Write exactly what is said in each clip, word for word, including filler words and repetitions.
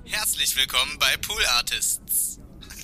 Herzlich willkommen bei Pool Artists.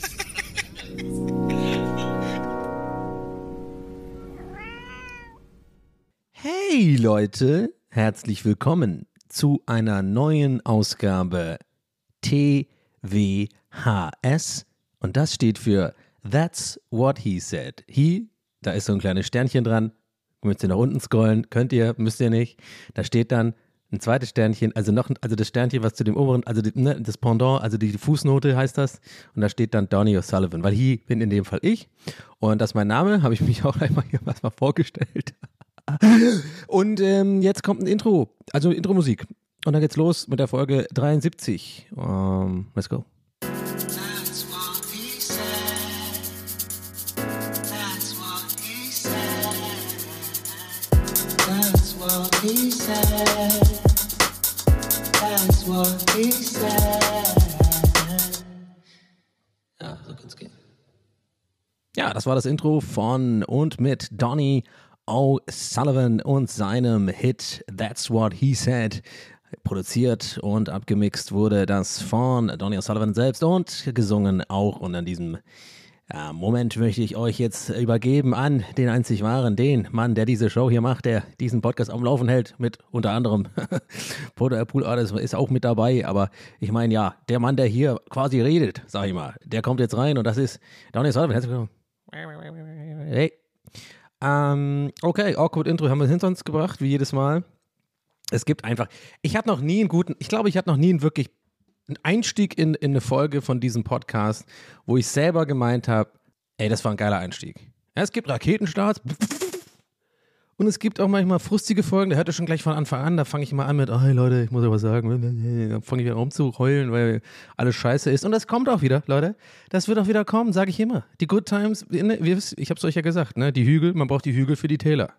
Hey Leute, herzlich willkommen zu einer neuen Ausgabe T W H S und das steht für That's What He Said. He, da ist so ein kleines Sternchen dran, müsst ihr nach unten scrollen, könnt ihr, müsst ihr nicht, da steht dann ein zweites Sternchen, also noch, also das Sternchen, was zu dem oberen, also die, ne, das Pendant, also die Fußnote heißt das. Und da steht dann Donny O'Sullivan, weil he bin in dem Fall ich. Und das ist mein Name, habe ich mich auch einmal hier was mal vorgestellt. Und ähm, jetzt kommt ein Intro, also Intro-Musik. Und dann geht's los mit der Folge dreiundsiebzig. Um, let's go. That's what he said. That's what he said. That's what he said. That's what he said. Ja, so kann's gehen. Ja, das war das Intro von und mit Donny O'Sullivan und seinem Hit That's What He Said. Produziert und abgemixt wurde das von Donny O'Sullivan selbst und gesungen auch. Und an diesem ja, Moment möchte ich euch jetzt übergeben an den einzig wahren, den Mann, der diese Show hier macht, der diesen Podcast am Laufen hält, mit unter anderem Pool Artist ist auch mit dabei, aber ich meine ja, der Mann, der hier quasi redet, sag ich mal, der kommt jetzt rein und das ist Donny O'Sullivan. Herzlich willkommen. Hey. Ähm, okay, awkward Intro haben wir hinter uns gebracht, wie jedes Mal. Es gibt einfach, ich hatte noch nie einen guten, ich glaube, ich hatte noch nie einen wirklich einen Einstieg in, in eine Folge von diesem Podcast, wo ich selber gemeint habe, ey, das war ein geiler Einstieg. Ja, es gibt Raketenstarts und es gibt auch manchmal frustige Folgen, der hört ja schon gleich von Anfang an, da fange ich immer an mit, oh, hey Leute, ich muss euch was sagen, dann fange ich wieder rumzuheulen, weil alles scheiße ist und das kommt auch wieder, Leute, das wird auch wieder kommen, sage ich immer. Die Good Times, ich habe es euch ja gesagt, ne? Die Hügel, man braucht die Hügel für die Täler.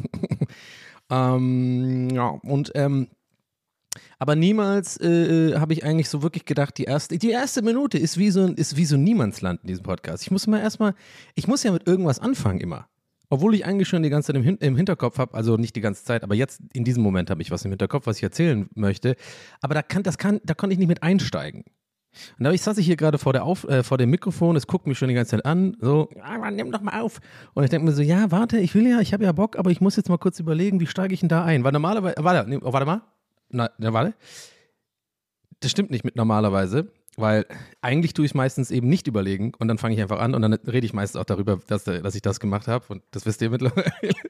ähm, ja, und ähm, aber niemals äh, habe ich eigentlich so wirklich gedacht, die erste, die erste Minute ist wie so ein, ist wie so ein Niemandsland in diesem Podcast. Ich muss mal erstmal, ich muss ja mit irgendwas anfangen immer. Obwohl ich eigentlich schon die ganze Zeit im, Hin- im Hinterkopf habe, also nicht die ganze Zeit, aber jetzt in diesem Moment habe ich was im Hinterkopf, was ich erzählen möchte. Aber da kann, das kann, da konnte ich nicht mit einsteigen. Und da saß ich hier gerade vor, der Auf, äh, vor dem Mikrofon, es guckt mich schon die ganze Zeit an, so, ja, Mann, nimm doch mal auf. Und ich denke mir so, ja, warte, ich will ja, ich habe ja Bock, aber ich muss jetzt mal kurz überlegen, wie steige ich denn da ein? Weil normalerweise, warte, nee, oh, warte mal. Na, na, warte. Das stimmt nicht mit normalerweise, weil eigentlich tue ich es meistens eben nicht überlegen und dann fange ich einfach an und dann rede ich meistens auch darüber, dass, dass ich das gemacht habe und das wisst ihr mittlerweile.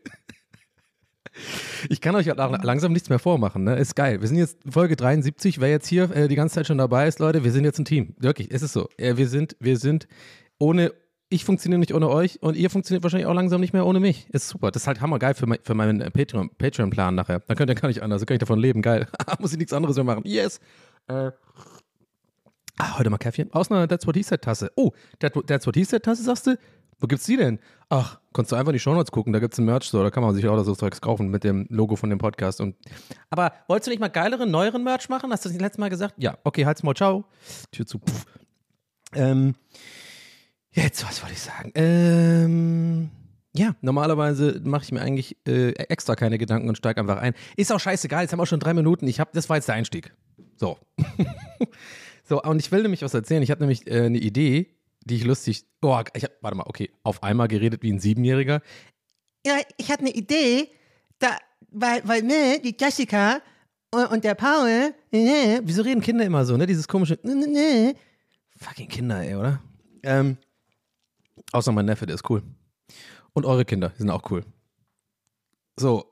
Ich kann euch auch langsam nichts mehr vormachen, ne? Ist geil. Wir sind jetzt Folge dreiundsiebzig, wer jetzt hier äh, die ganze Zeit schon dabei ist, Leute, wir sind jetzt ein Team. Wirklich, ist es so. Äh, wir sind, wir sind ohne, ich funktioniere nicht ohne euch und ihr funktioniert wahrscheinlich auch langsam nicht mehr ohne mich. Ist super. Das ist halt hammergeil für, mein, für meinen äh, Patreon, Patreon-Plan nachher. Dann könnt ihr gar nicht anders, dann kann ich davon leben. Geil. Muss ich nichts anderes mehr machen. Yes. Äh. Ah, heute mal Käffchen. Aus einer That's What He Said Tasse. Oh, That's What He Said Tasse, sagst du? Wo gibt's die denn? Ach, kannst du einfach in die Shownotes gucken, da gibt's einen Merch-Store, da kann man sich auch so Zeugs kaufen mit dem Logo von dem Podcast. Und aber wolltest du nicht mal geileren, neueren Merch machen? Hast du das nicht letztes Mal gesagt? Ja, okay, halt's mal, ciao. Tür zu. Pff. Ähm, jetzt, was wollte ich sagen? Ähm, ja, normalerweise mache ich mir eigentlich äh, extra keine Gedanken und steige einfach ein. Ist auch scheißegal, jetzt haben wir auch schon drei Minuten. Ich hab, das war jetzt der Einstieg. So. So, und ich will nämlich was erzählen. Ich habe nämlich äh, eine Idee, die ich lustig. Oh, ich hab, warte mal, okay. Auf einmal geredet wie ein Siebenjähriger. Ja, ich hatte eine Idee, da, weil, weil, ne, die Jessica und, und der Paul, ne, Wieso reden Kinder immer so, ne? Dieses komische. Ne, ne, ne. Fucking Kinder, ey, oder? Ähm, außer mein Neffe, der ist cool. Und eure Kinder, die sind auch cool. So.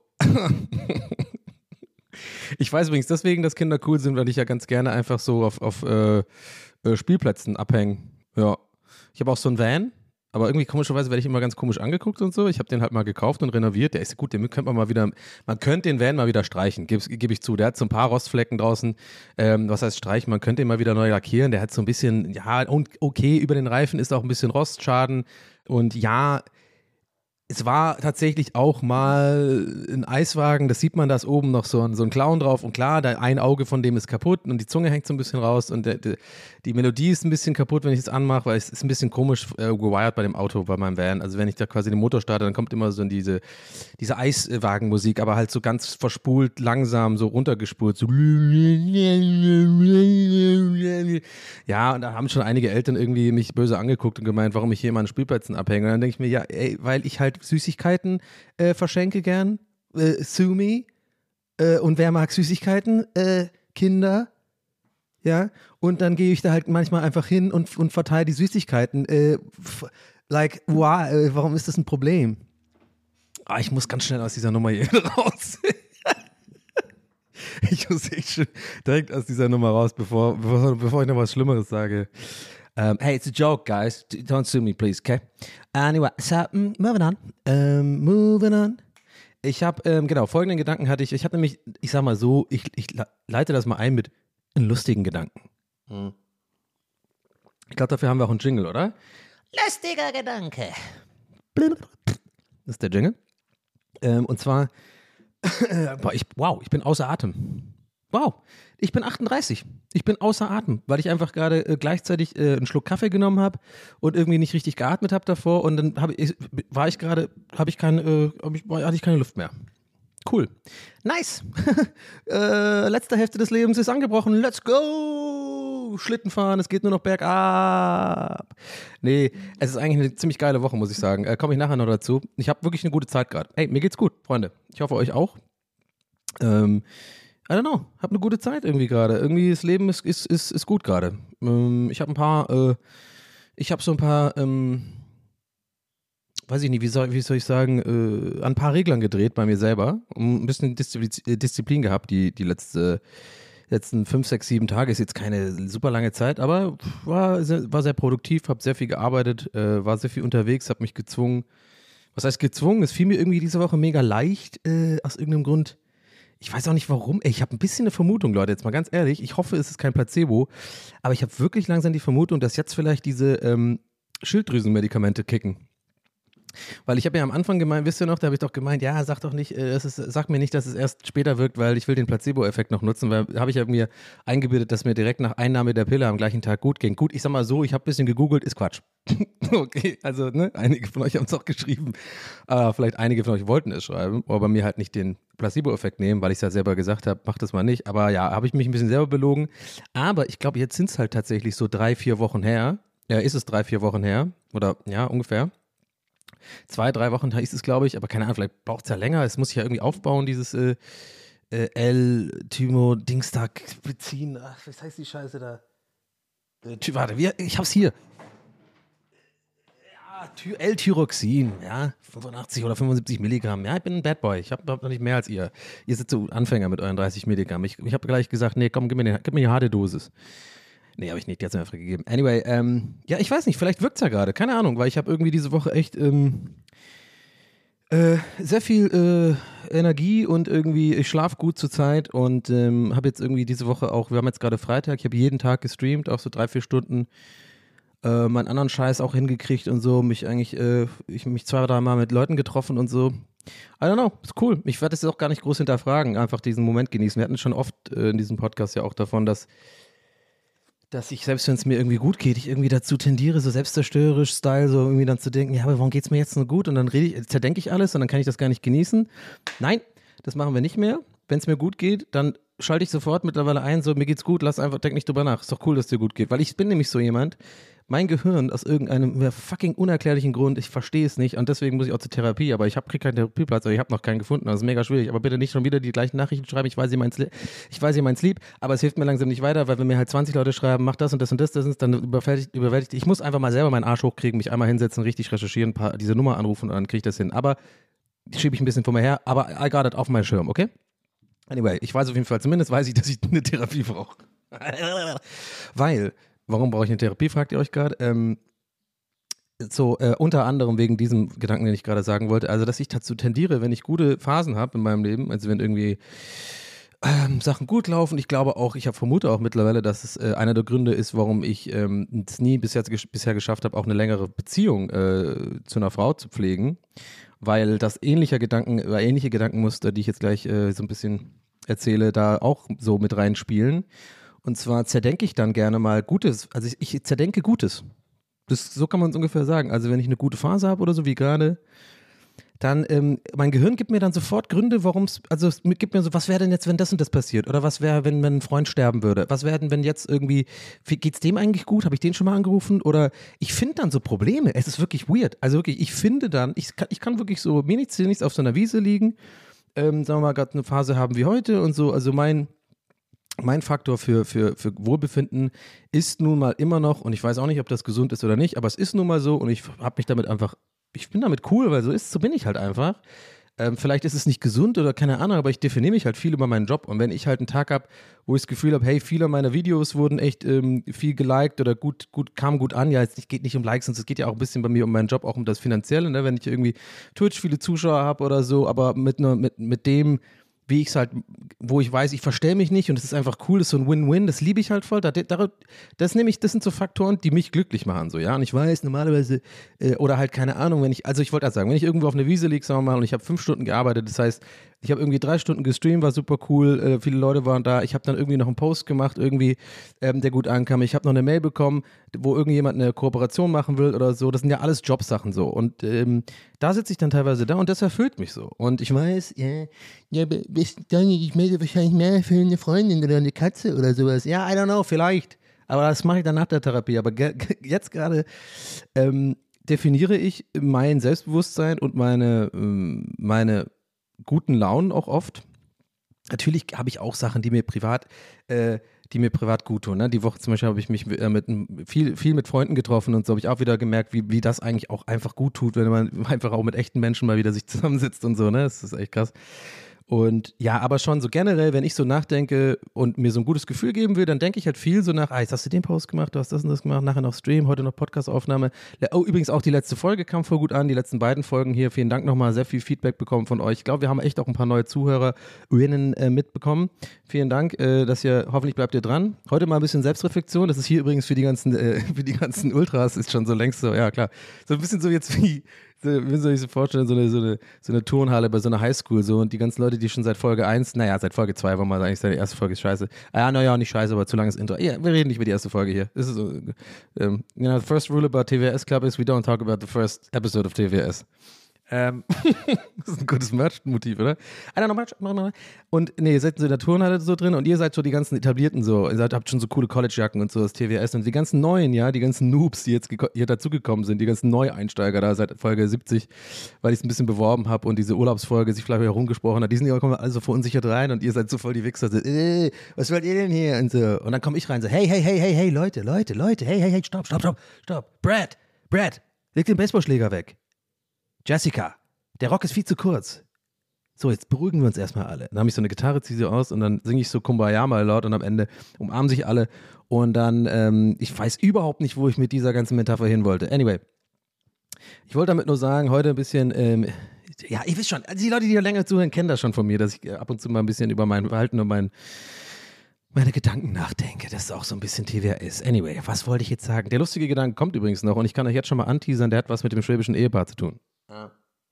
Ich weiß übrigens deswegen, dass Kinder cool sind, weil ich ja ganz gerne einfach so auf, auf äh, äh, Spielplätzen abhänge. Ja. Ich habe auch so einen Van, aber irgendwie komischerweise werde ich immer ganz komisch angeguckt und so. Ich habe den halt mal gekauft und renoviert. Der ist gut, den könnte man mal wieder, man könnte den Van mal wieder streichen, gebe geb ich zu. Der hat so ein paar Rostflecken draußen. Ähm, was heißt streichen? Man könnte ihn mal wieder neu lackieren. Der hat so ein bisschen, ja, und okay, über den Reifen ist auch ein bisschen Rostschaden. Und ja, es war tatsächlich auch mal ein Eiswagen, das sieht man, da ist oben noch so ein, so ein Clown drauf und klar, da ein Auge von dem ist kaputt und die Zunge hängt so ein bisschen raus und der, der, die Melodie ist ein bisschen kaputt, wenn ich es anmache, weil es ist ein bisschen komisch äh, gewired bei dem Auto, bei meinem Van. Also wenn ich da quasi den Motor starte, dann kommt immer so diese, diese Eiswagenmusik, aber halt so ganz verspult, langsam, so runtergespult, so irgendwie, ja, und da haben schon einige Eltern irgendwie mich böse angeguckt und gemeint, warum ich hier immer an Spielplätzen abhänge. Und dann denke ich mir, ja, ey, weil ich halt Süßigkeiten äh, verschenke gern, äh, sue me. Äh, und wer mag Süßigkeiten? Äh, Kinder. Ja, und dann gehe ich da halt manchmal einfach hin und, und verteile die Süßigkeiten. Äh, f- like, wow, äh, warum ist das ein Problem? Ah, ich muss ganz schnell aus dieser Nummer hier raus. Ich muss echt schon direkt aus dieser Nummer raus, bevor, bevor, bevor ich noch was Schlimmeres sage. Um, hey, it's a joke, guys. Don't sue me, please, okay? Anyway, so, mm, moving on. Um, moving on. Ich habe, ähm, genau, folgenden Gedanken hatte ich. Ich hatte nämlich, ich sag mal so, ich, ich leite das mal ein mit einen lustigen Gedanken. Hm. Ich glaube, dafür haben wir auch einen Jingle, oder? Lustiger Gedanke. Das ist der Jingle. Ähm, und zwar, boah, ich, wow, ich bin außer Atem. Wow, ich bin achtunddreißig. Ich bin außer Atem, weil ich einfach gerade äh, gleichzeitig äh, einen Schluck Kaffee genommen habe und irgendwie nicht richtig geatmet habe davor und dann hab ich, war ich gerade, habe ich keine, äh, hab ich, hatte ich keine Luft mehr. Cool. Nice. äh, letzte Hälfte des Lebens ist angebrochen. Let's go. Schlitten fahren, es geht nur noch bergab. Nee, es ist eigentlich eine ziemlich geile Woche, muss ich sagen. Äh, Komme ich nachher noch dazu. Ich habe wirklich eine gute Zeit gerade. Ey, mir geht's gut, Freunde. Ich hoffe, euch auch. Ähm, I don't know. Hab eine gute Zeit irgendwie gerade. Irgendwie das Leben ist, ist, ist, ist gut gerade. Ähm, ich habe ein paar, äh, ich habe so ein paar, ähm, weiß ich nicht, wie soll, wie soll ich sagen, äh, an ein paar Reglern gedreht bei mir selber. Um ein bisschen Disziplin, Disziplin gehabt, die, die letzte, letzten fünf, sechs, sieben Tage. Ist jetzt keine super lange Zeit, aber war sehr, war sehr produktiv, habe sehr viel gearbeitet, äh, war sehr viel unterwegs, habe mich gezwungen. Was heißt gezwungen? Es fiel mir irgendwie diese Woche mega leicht, äh, aus irgendeinem Grund. Ich weiß auch nicht warum. Ey, ich habe ein bisschen eine Vermutung, Leute, jetzt mal ganz ehrlich. Ich hoffe, es ist kein Placebo, aber ich habe wirklich langsam die Vermutung, dass jetzt vielleicht diese ähm, Schilddrüsenmedikamente kicken. Weil ich habe ja am Anfang gemeint, wisst ihr noch, da habe ich doch gemeint, ja, sag doch nicht, äh, das ist, sag mir nicht, dass es erst später wirkt, weil ich will den Placebo-Effekt noch nutzen, weil habe ich ja mir eingebildet, dass mir direkt nach Einnahme der Pille am gleichen Tag gut ging. Gut, ich sag mal so, ich habe ein bisschen gegoogelt, ist Quatsch. Okay, also ne, einige von euch haben es auch geschrieben, äh, vielleicht einige von euch wollten es schreiben, aber bei mir halt nicht den Placebo-Effekt nehmen, weil ich es ja selber gesagt habe, mach das mal nicht. Aber ja, habe ich mich ein bisschen selber belogen. Aber ich glaube, jetzt sind es halt tatsächlich so drei, vier Wochen her. Ja, ist es drei, vier Wochen her oder ja, ungefähr. Zwei, drei Wochen hieß es, glaube ich, aber keine Ahnung, vielleicht braucht es ja länger. Es muss sich ja irgendwie aufbauen, dieses äh, äh, L-Thymo-Dingstag beziehen. Ach, was heißt die Scheiße da? Äh, Ty- warte, wie, ich hab's hier. Ja, Ty- L-Tyroxin, ja, fünfundachtzig oder fünfundsiebzig Milligramm. Ja, ich bin ein Bad Boy. Ich habe hab noch nicht mehr als ihr. Ihr seid so Anfänger mit euren dreißig Milligramm. Ich, ich habe gleich gesagt, nee, komm, gib mir, den, gib mir die harte Dosis. Nee, habe ich nicht, die hat es mir einfach gegeben. Anyway, ähm, ja, ich weiß nicht, vielleicht wirkt es ja gerade, keine Ahnung, weil ich habe irgendwie diese Woche echt ähm, äh, sehr viel äh, Energie und irgendwie, ich schlafe gut zur Zeit und ähm, habe jetzt irgendwie diese Woche auch, wir haben jetzt gerade Freitag, ich habe jeden Tag gestreamt, auch so drei, vier Stunden, äh, meinen anderen Scheiß auch hingekriegt und so, mich eigentlich, äh, ich mich zwei, drei Mal mit Leuten getroffen und so. I don't know, ist cool. Ich werde das auch gar nicht groß hinterfragen, einfach diesen Moment genießen. Wir hatten schon oft äh, in diesem Podcast ja auch davon, dass dass ich, selbst wenn es mir irgendwie gut geht, ich irgendwie dazu tendiere, so selbstzerstörerisch Style, so irgendwie dann zu denken, ja, aber warum geht es mir jetzt so gut? Und dann rede ich, zerdenke ich alles und dann kann ich das gar nicht genießen. Nein, das machen wir nicht mehr. Wenn es mir gut geht, dann schalte ich sofort mittlerweile ein, so, mir geht's gut, lass einfach, denk nicht drüber nach. Ist doch cool, dass dir gut geht. Weil ich bin nämlich so jemand, mein Gehirn aus irgendeinem fucking unerklärlichen Grund, ich verstehe es nicht und deswegen muss ich auch zur Therapie, aber ich kriege keinen Therapieplatz, aber ich habe noch keinen gefunden, das ist mega schwierig, aber bitte nicht schon wieder die gleichen Nachrichten schreiben, ich weiß, ihr meint's, ich weiß, ihr meint's lieb, aber es hilft mir langsam nicht weiter, weil wenn mir halt zwanzig Leute schreiben, mach das und das und das, das ist, dann überwältigt, überwältigt, ich muss einfach mal selber meinen Arsch hochkriegen, mich einmal hinsetzen, richtig recherchieren, ein paar, diese Nummer anrufen und dann kriege ich das hin, aber schiebe ich ein bisschen vor mir her, aber I got it auf meinen Schirm, okay? Anyway, ich weiß auf jeden Fall, zumindest weiß ich, dass ich eine Therapie brauche. Weil, warum brauche ich eine Therapie, fragt ihr euch gerade? Ähm, so, äh, unter anderem wegen diesem Gedanken, den ich gerade sagen wollte, also, dass ich dazu tendiere, wenn ich gute Phasen habe in meinem Leben, also wenn irgendwie ähm, Sachen gut laufen, ich glaube auch, ich habe vermute auch mittlerweile, dass es äh, einer der Gründe ist, warum ich ähm, es nie bisher, bisher geschafft habe, auch eine längere Beziehung äh, zu einer Frau zu pflegen, weil das ähnliche Gedanken, oder ähnliche Gedankenmuster, die ich jetzt gleich äh, so ein bisschen erzähle, da auch so mit reinspielen. Und zwar zerdenke ich dann gerne mal Gutes, also ich, ich zerdenke Gutes. Das, so kann man es ungefähr sagen. Also wenn ich eine gute Phase habe oder so wie gerade, dann, ähm, mein Gehirn gibt mir dann sofort Gründe, warum es, also es gibt mir so, was wäre denn jetzt, wenn das und das passiert? Oder was wäre, wenn, wenn ein Freund sterben würde? Was wäre denn, wenn jetzt irgendwie, wie, geht's dem eigentlich gut? Habe ich den schon mal angerufen? Oder ich finde dann so Probleme. Es ist wirklich weird. Also wirklich, ich finde dann, ich kann, ich kann wirklich so, mir nichts, nichts auf so einer Wiese liegen, ähm, sagen wir mal, gerade eine Phase haben wie heute und so, also mein, Mein Faktor für, für, für Wohlbefinden ist nun mal immer noch, und ich weiß auch nicht, ob das gesund ist oder nicht, aber es ist nun mal so und ich habe mich damit einfach, ich bin damit cool, weil so ist, so bin ich halt einfach. Ähm, vielleicht ist es nicht gesund oder keine Ahnung, aber ich definiere mich halt viel über meinen Job. Und wenn ich halt einen Tag habe, wo ich das Gefühl habe, hey, viele meiner Videos wurden echt ähm, viel geliked oder gut, gut, kamen gut an, ja, es geht nicht um Likes, sondern es geht ja auch ein bisschen bei mir um meinen Job, auch um das Finanzielle, ne? Wenn ich irgendwie Twitch viele Zuschauer habe oder so, aber mit, ne, mit, mit dem, wie ich es halt, wo ich weiß, ich verstell mich nicht und es ist einfach cool, das ist so ein Win-Win, das liebe ich halt voll. Das, das nehme ich, das sind so Faktoren, die mich glücklich machen, so, ja. Und ich weiß, normalerweise, äh, oder halt keine Ahnung, wenn ich, also ich wollte halt sagen, wenn ich irgendwo auf einer Wiese liege, sagen wir mal, und ich habe fünf Stunden gearbeitet, das heißt, ich habe irgendwie drei Stunden gestreamt, war super cool, äh, viele Leute waren da, ich habe dann irgendwie noch einen Post gemacht, irgendwie, ähm, der gut ankam, ich habe noch eine Mail bekommen, wo irgendjemand eine Kooperation machen will oder so, das sind ja alles Jobsachen so und ähm, da sitze ich dann teilweise da und das erfüllt mich so und ich weiß, ja, ja, ich melde wahrscheinlich mehr für eine Freundin oder eine Katze oder sowas, ja, I don't know, vielleicht, aber das mache ich dann nach der Therapie, aber ge- ge- jetzt gerade ähm, definiere ich mein Selbstbewusstsein und meine, ähm, meine guten Launen auch oft. Natürlich habe ich auch Sachen, die mir privat, äh, die mir privat gut tun. Ne? Die Woche zum Beispiel habe ich mich äh, mit viel, viel mit Freunden getroffen und so habe ich auch wieder gemerkt, wie, wie das eigentlich auch einfach gut tut, wenn man einfach auch mit echten Menschen mal wieder sich zusammensitzt und so. Ne, das ist echt krass. Und ja, aber schon so generell, wenn ich so nachdenke und mir so ein gutes Gefühl geben will, dann denke ich halt viel so nach, ah, jetzt hast du den Post gemacht, du hast das und das gemacht, nachher noch Stream, heute noch Podcast-Aufnahme. Oh, übrigens auch die letzte Folge kam voll gut an, die letzten beiden Folgen hier, vielen Dank nochmal, sehr viel Feedback bekommen von euch. Ich glaube, wir haben echt auch ein paar neue ZuhörerInnen äh, mitbekommen. Vielen Dank, äh, dass ihr, hoffentlich bleibt ihr dran. Heute mal ein bisschen Selbstreflexion, das ist hier übrigens für die ganzen, äh, für die ganzen Ultras, ist schon so längst so, ja klar, so ein bisschen so jetzt wie, wie soll ich sich vorstellen, so eine, so, eine, so eine Turnhalle bei so einer Highschool so und die ganzen Leute, die schon seit Folge eins, naja, seit Folge zwei, wollen wir sagen, die erste Folge ist scheiße. Ah ja, naja, nicht scheiße, aber zu langes Intro. Ja, wir reden nicht über die erste Folge hier. Das ist so, um, you know, the first rule about T W S Club is we don't talk about the first episode of T W S. Ähm, das ist ein gutes Merch-Motiv, oder? Ah, noch mal, und nee, ihr seid so in der Turnhalle so drin und ihr seid so die ganzen Etablierten so, ihr seid, habt schon so coole College-Jacken und so, das T W S und die ganzen Neuen, ja, die ganzen Noobs, die jetzt geko- hier dazugekommen sind, die ganzen Neueinsteiger da seit Folge siebzig, weil ich es ein bisschen beworben habe und diese Urlaubsfolge sich vielleicht herumgesprochen hat, die sind ja kommen alle so verunsichert rein und ihr seid so voll die Wichser, so, äh, was wollt ihr denn hier und so, und dann komme ich rein so, hey, hey, hey, hey, hey, Leute, Leute, Leute, hey, hey, hey, stopp, stopp, stopp, stopp, Brad, Brad, leg den Baseballschläger weg. Jessica, der Rock ist viel zu kurz. So, jetzt beruhigen wir uns erstmal alle. Dann habe ich so eine Gitarre, ziehe sie aus und dann singe ich so Kumbaya mal laut und am Ende umarmen sich alle und dann, ähm, ich weiß überhaupt nicht, wo ich mit dieser ganzen Metapher hin wollte. Anyway, ich wollte damit nur sagen, heute ein bisschen, ähm, ja, ihr wisst schon, also die Leute, die da länger zuhören, kennen das schon von mir, dass ich ab und zu mal ein bisschen über mein Verhalten und mein meine Gedanken nachdenke, das ist auch so ein bisschen T W S. Anyway, was wollte ich jetzt sagen? Der lustige Gedanke kommt übrigens noch und ich kann euch jetzt schon mal anteasern, der hat was mit dem schwäbischen Ehepaar zu tun. Ah.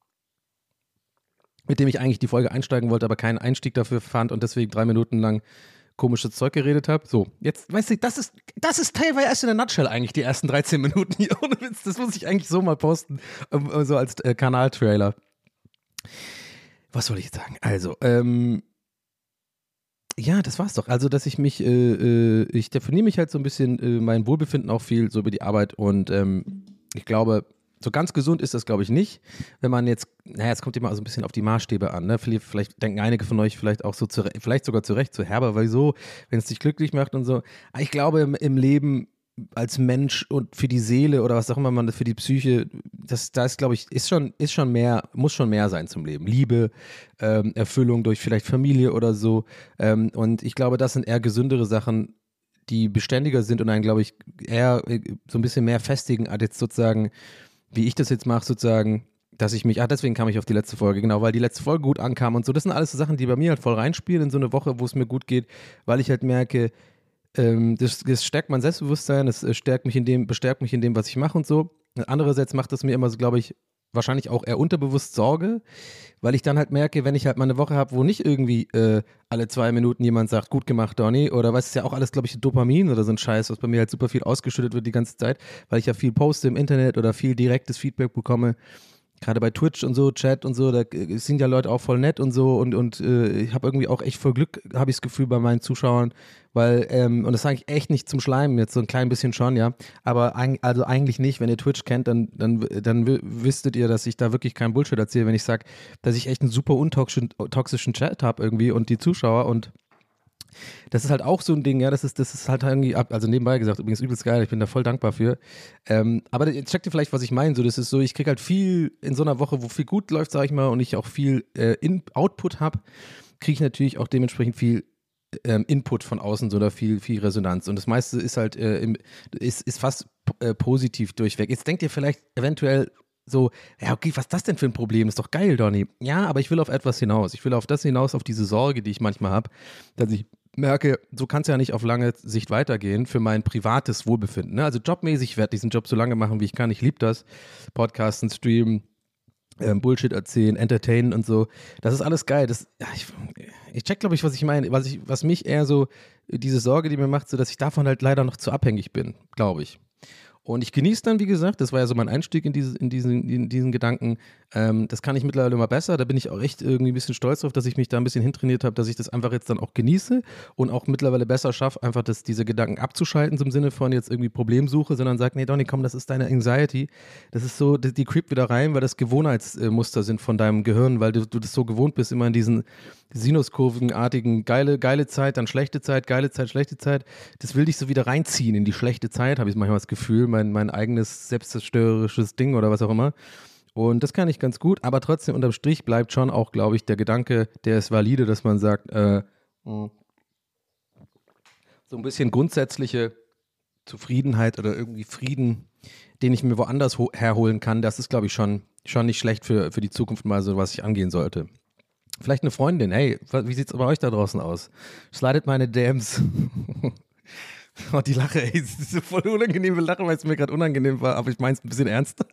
Mit dem ich eigentlich die Folge einsteigen wollte, aber keinen Einstieg dafür fand und deswegen drei Minuten lang komisches Zeug geredet habe. So, jetzt, weißt du, das ist, das ist T W S in der Nutshell eigentlich, die ersten dreizehn Minuten hier. Ohne Witz, das muss ich eigentlich so mal posten, um, so als äh, Kanaltrailer. Was soll ich jetzt sagen? Also, ähm, ja, das war's doch. Also, dass ich mich, äh, äh, ich definiere mich halt so ein bisschen, äh, mein Wohlbefinden auch viel so über die Arbeit und ähm, ich glaube, so ganz gesund ist das, glaube ich, nicht. Wenn man jetzt, naja, jetzt kommt immer so ein bisschen auf die Maßstäbe an. Ne? Vielleicht, vielleicht denken einige von euch vielleicht auch so, zu, vielleicht sogar zu Recht, so herber, weil so, wenn es dich glücklich macht und so. Aber ich glaube, im, im Leben als Mensch und für die Seele oder was auch immer man für die Psyche, das, das glaube ich, ist schon, ist schon mehr, muss schon mehr sein zum Leben. Liebe, ähm, Erfüllung durch vielleicht Familie oder so. Ähm, und ich glaube, das sind eher gesündere Sachen, die beständiger sind und einen, glaube ich, eher so ein bisschen mehr festigen, als jetzt sozusagen, wie ich das jetzt mache, sozusagen, dass ich mich, ah, deswegen kam ich auf die letzte Folge, genau, weil die letzte Folge gut ankam und so. Das sind alles so Sachen, die bei mir halt voll reinspielen in so eine Woche, wo es mir gut geht, weil ich halt merke, ähm, das, das stärkt mein Selbstbewusstsein, das stärkt mich in dem, bestärkt mich in dem, was ich mache und so. Andererseits macht das mir immer so, glaube ich, wahrscheinlich auch eher unterbewusst Sorge, weil ich dann halt merke, wenn ich halt mal eine Woche habe, wo nicht irgendwie äh, alle zwei Minuten jemand sagt, gut gemacht, Donny, oder was ist ja auch alles, glaube ich, Dopamin oder so ein Scheiß, was bei mir halt super viel ausgeschüttet wird die ganze Zeit, weil ich ja viel poste im Internet oder viel direktes Feedback bekomme, gerade bei Twitch und so, Chat und so, da äh, sind ja Leute auch voll nett und so und, und äh, ich habe irgendwie auch echt voll Glück, habe ich das Gefühl bei meinen Zuschauern, weil, ähm, und das sage ich echt nicht zum Schleimen, jetzt so ein klein bisschen schon, ja, aber eig- also eigentlich nicht, wenn ihr Twitch kennt, dann, dann, dann w- wüsstet ihr, dass ich da wirklich keinen Bullshit erzähle, wenn ich sage, dass ich echt einen super untoxischen toxischen Chat habe irgendwie und die Zuschauer und das ist halt auch so ein Ding, ja, das ist, das ist halt irgendwie, ab, also nebenbei gesagt, übrigens übelst geil, ich bin da voll dankbar für. Ähm, aber jetzt checkt ihr vielleicht, was ich meine, so, das ist so, ich krieg halt viel in so einer Woche, wo viel gut läuft, sag ich mal, und ich auch viel äh, in Output habe, kriege ich natürlich auch dementsprechend viel ähm, Input von außen, so, oder viel, viel Resonanz. Und das meiste ist halt, äh, im, ist, ist fast äh, positiv durchweg. Jetzt denkt ihr vielleicht eventuell so, ja, okay, was ist das denn für ein Problem? Ist doch geil, Donny. Ja, aber ich will auf etwas hinaus. Ich will auf das hinaus, auf diese Sorge, die ich manchmal habe, dass ich merke, so kann es ja nicht auf lange Sicht weitergehen für mein privates Wohlbefinden. Ne? Also jobmäßig, ich werde diesen Job so lange machen, wie ich kann. Ich liebe das. Podcasten, streamen, ähm, Bullshit erzählen, entertainen und so. Das ist alles geil. Das, ja, ich, ich check, glaube ich, was ich meine. Was, ich, was mich eher so, diese Sorge, die mir macht, so dass ich davon halt leider noch zu abhängig bin, glaube ich. Und ich genieße dann, wie gesagt, das war ja so mein Einstieg in, diese, in, diesen, in diesen Gedanken, ähm, das kann ich mittlerweile immer besser, da bin ich auch echt irgendwie ein bisschen stolz drauf, dass ich mich da ein bisschen hintrainiert habe, dass ich das einfach jetzt dann auch genieße und auch mittlerweile besser schaffe, einfach das, diese Gedanken abzuschalten, so im Sinne von jetzt irgendwie Problemsuche, sondern sag, nee Donny, komm, das ist deine Anxiety, das ist so, die, die creept wieder rein, weil das Gewohnheitsmuster sind von deinem Gehirn, weil du, du das so gewohnt bist, immer in diesen Sinuskurvenartigen, geile, geile Zeit, dann schlechte Zeit, geile Zeit, schlechte Zeit, das will dich so wieder reinziehen in die schlechte Zeit, habe ich manchmal das Gefühl, mein, mein eigenes selbstzerstörerisches Ding oder was auch immer. Und das kann ich ganz gut, aber trotzdem unterm Strich bleibt schon auch, glaube ich, der Gedanke, der ist valide, dass man sagt, äh, so ein bisschen grundsätzliche Zufriedenheit oder irgendwie Frieden, den ich mir woanders ho- herholen kann, das ist, glaube ich, schon, schon nicht schlecht für, für die Zukunft mal so, was ich angehen sollte. Vielleicht eine Freundin, hey, wie sieht's bei euch da draußen aus? Slidet meine D Ms. Oh, die Lache, ey, das ist eine voll unangenehme Lache, weil es mir gerade unangenehm war, aber ich meine es ein bisschen ernst.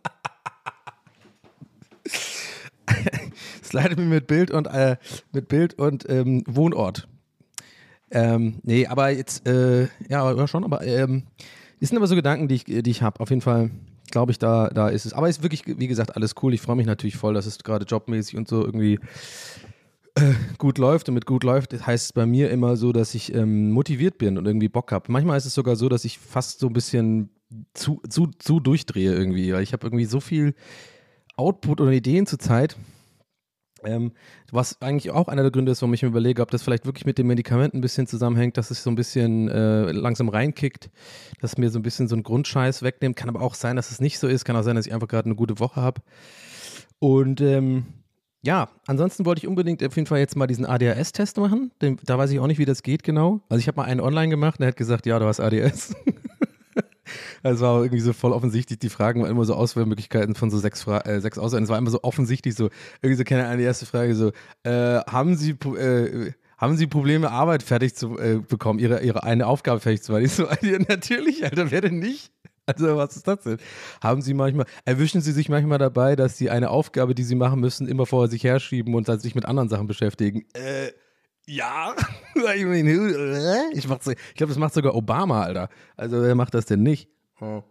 Slidet mir mit Bild und, äh, mit Bild und ähm, Wohnort. Ähm, nee, aber jetzt, äh, ja, ja schon, aber ähm, das sind aber so Gedanken, die ich, die ich habe. Auf jeden Fall glaube ich, da, da ist es. Aber es ist wirklich, wie gesagt, alles cool. Ich freue mich natürlich voll, dass es gerade jobmäßig und so irgendwie äh, gut läuft. Und mit gut läuft das heißt es bei mir immer so, dass ich ähm, motiviert bin und irgendwie Bock habe. Manchmal ist es sogar so, dass ich fast so ein bisschen zu, zu, zu durchdrehe irgendwie, weil ich habe irgendwie so viel Output oder Ideen zur Zeit. Ähm, was eigentlich auch einer der Gründe ist, warum ich mir überlege, ob das vielleicht wirklich mit den Medikamenten ein bisschen zusammenhängt, dass es so ein bisschen äh, langsam reinkickt, dass mir so ein bisschen so ein Grundscheiß wegnimmt. Kann aber auch sein, dass es nicht so ist. Kann auch sein, dass ich einfach gerade eine gute Woche habe. Und ähm, ja, ansonsten wollte ich unbedingt auf jeden Fall jetzt mal diesen A D H S-Test machen. Den, da weiß ich auch nicht, wie das geht genau. Also ich habe mal einen online gemacht und der hat gesagt, ja, du hast A D H S. Es war irgendwie so voll offensichtlich, die Fragen waren immer so Auswahlmöglichkeiten von so sechs, Fra- äh, sechs Auswahl. Es war immer so offensichtlich, so irgendwie so, keine Ahnung, die erste Frage so, äh, haben Sie, äh, haben Sie Probleme, Arbeit fertig zu äh, bekommen, ihre, ihre eine Aufgabe fertig zu machen? Ich so, ja, natürlich, Alter, wer denn nicht? Also was ist das denn? Haben Sie manchmal, erwischen Sie sich manchmal dabei, dass Sie eine Aufgabe, die Sie machen müssen, immer vor sich herschieben und dann sich mit anderen Sachen beschäftigen? Äh, ja. Ich, mach's, ich glaube, das macht sogar Obama, Alter. Also wer macht das denn nicht? Hm.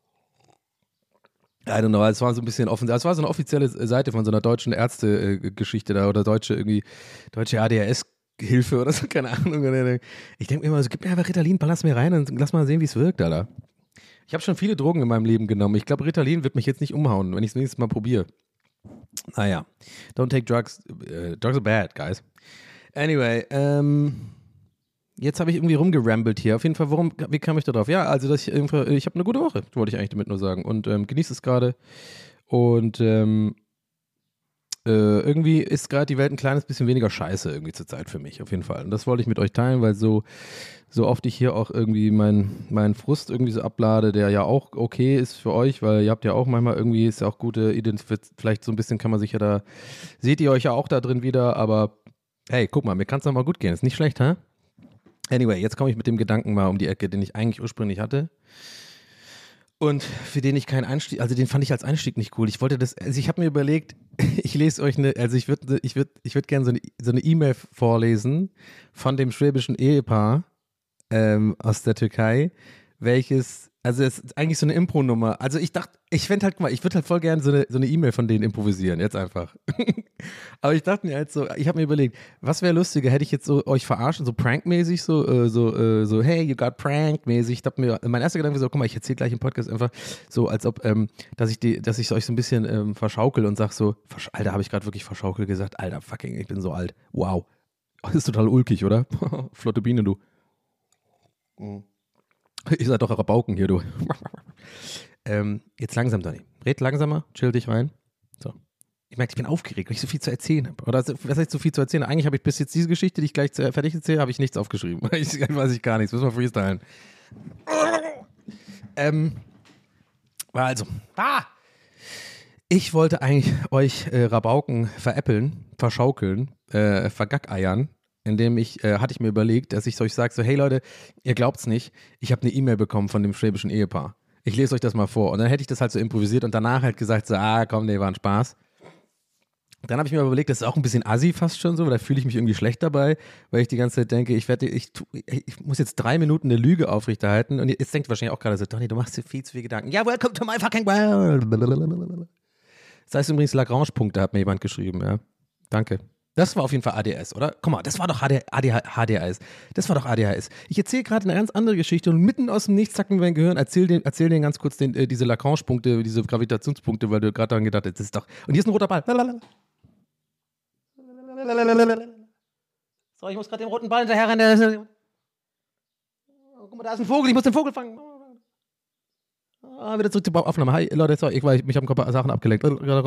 I don't know, es war so ein bisschen offen, es war so eine offizielle Seite von so einer deutschen Ärztegeschichte da oder deutsche irgendwie, deutsche A D H S-Hilfe oder so, keine Ahnung. Ich denke mir immer so, gib mir einfach Ritalin, baller's mir rein und lass mal sehen, wie es wirkt, Alter. Ich habe schon viele Drogen in meinem Leben genommen. Ich glaube, Ritalin wird mich jetzt nicht umhauen, wenn ich es wenigstens mal probiere. Naja, don't take drugs. Uh, drugs are bad, guys. Anyway, ähm, jetzt habe ich irgendwie rumgerambelt hier. Auf jeden Fall, warum, wie kam ich da drauf? Ja, also, dass ich irgendwie, ich habe eine gute Woche, wollte ich eigentlich damit nur sagen. Und ähm, genieße es gerade. Und ähm, äh, irgendwie ist gerade die Welt ein kleines bisschen weniger scheiße irgendwie zur Zeit für mich, auf jeden Fall. Und das wollte ich mit euch teilen, weil so, so oft ich hier auch irgendwie meinen mein Frust irgendwie so ablade, der ja auch okay ist für euch, weil ihr habt ja auch manchmal irgendwie, ist ja auch gute Identifikation, vielleicht so ein bisschen kann man sich ja da, seht ihr euch ja auch da drin wieder, aber hey, guck mal, mir kann es doch mal gut gehen, ist nicht schlecht, hä? Anyway, jetzt komme ich mit dem Gedanken mal um die Ecke, den ich eigentlich ursprünglich hatte. Und für den ich keinen Einstieg, also den fand ich als Einstieg nicht cool. Ich wollte das, also ich habe mir überlegt, ich lese euch eine, also ich würde ich würd, ich würd gerne so eine so eine E-Mail vorlesen von dem schwäbischen Ehepaar ähm, aus der Türkei, welches Also es ist eigentlich so eine Impro-Nummer. Also ich dachte, ich fände halt, guck mal, ich würde halt voll gerne so eine so eine E-Mail von denen improvisieren, jetzt einfach. Aber ich dachte mir halt so, ich habe mir überlegt, was wäre lustiger, hätte ich jetzt so euch verarschen, so prankmäßig, so, äh, so, äh, so, hey, you got pranked-mäßig. Ich dachte mir, mein erster Gedanke war so, guck mal, ich erzähle gleich im Podcast einfach so, als ob, ähm, dass ich die, dass ich euch so ein bisschen ähm, verschaukel und sag so, versch- Alter, habe ich gerade wirklich verschaukel gesagt, Alter, fucking, ich bin so alt. Wow. Das ist total ulkig, oder? Flotte Biene, du. Ich sag doch Rabauken hier, du. ähm, jetzt langsam, Donny. Red langsamer, chill dich rein. So. Ich merke, ich bin aufgeregt, weil ich so viel zu erzählen habe. Oder so- was heißt so viel zu erzählen? Eigentlich habe ich bis jetzt diese Geschichte, die ich gleich zu- fertig erzähle, habe ich nichts aufgeschrieben. Ich weiß ich gar nichts. Müssen wir freestylen. ähm, also. Ah! Ich wollte eigentlich euch äh, Rabauken veräppeln, verschaukeln, äh, vergackeiern, indem ich, äh, hatte ich mir überlegt, dass ich euch sage, so, hey Leute, ihr glaubt's nicht, ich habe eine E-Mail bekommen von dem schwäbischen Ehepaar. Ich lese euch das mal vor. Und dann hätte ich das halt so improvisiert und danach halt gesagt, so, ah, komm, nee, war ein Spaß. Dann habe ich mir überlegt, das ist auch ein bisschen assi fast schon so, weil da fühle ich mich irgendwie schlecht dabei, weil ich die ganze Zeit denke, ich werde, ich, tu- ich muss jetzt drei Minuten eine Lüge aufrechterhalten und jetzt denkt wahrscheinlich auch gerade so, Donny, du machst dir viel zu viel Gedanken. Ja, welcome to my fucking world. Das heißt übrigens Lagrange-Punkte, hat mir jemand geschrieben, ja. Danke. Das war auf jeden Fall A D S, oder? Guck mal, das war doch H D, A D, H D S. Das war doch A D H S. Ich erzähle gerade eine ganz andere Geschichte und mitten aus dem Nichts, zack, mir mein Gehirn, erzähl den, erzähl den ganz kurz den, äh, diese Lagrange-Punkte, diese Gravitationspunkte, weil du gerade daran gedacht hast, das ist doch. Und hier ist ein roter Ball. So, ich muss gerade den roten Ball hinterher rennen. Oh, guck mal, da ist ein Vogel, ich muss den Vogel fangen. Ah, wieder zurück zur Aufnahme. Hi, Leute, sorry, ich, war, ich mich haben ein paar Sachen abgelenkt.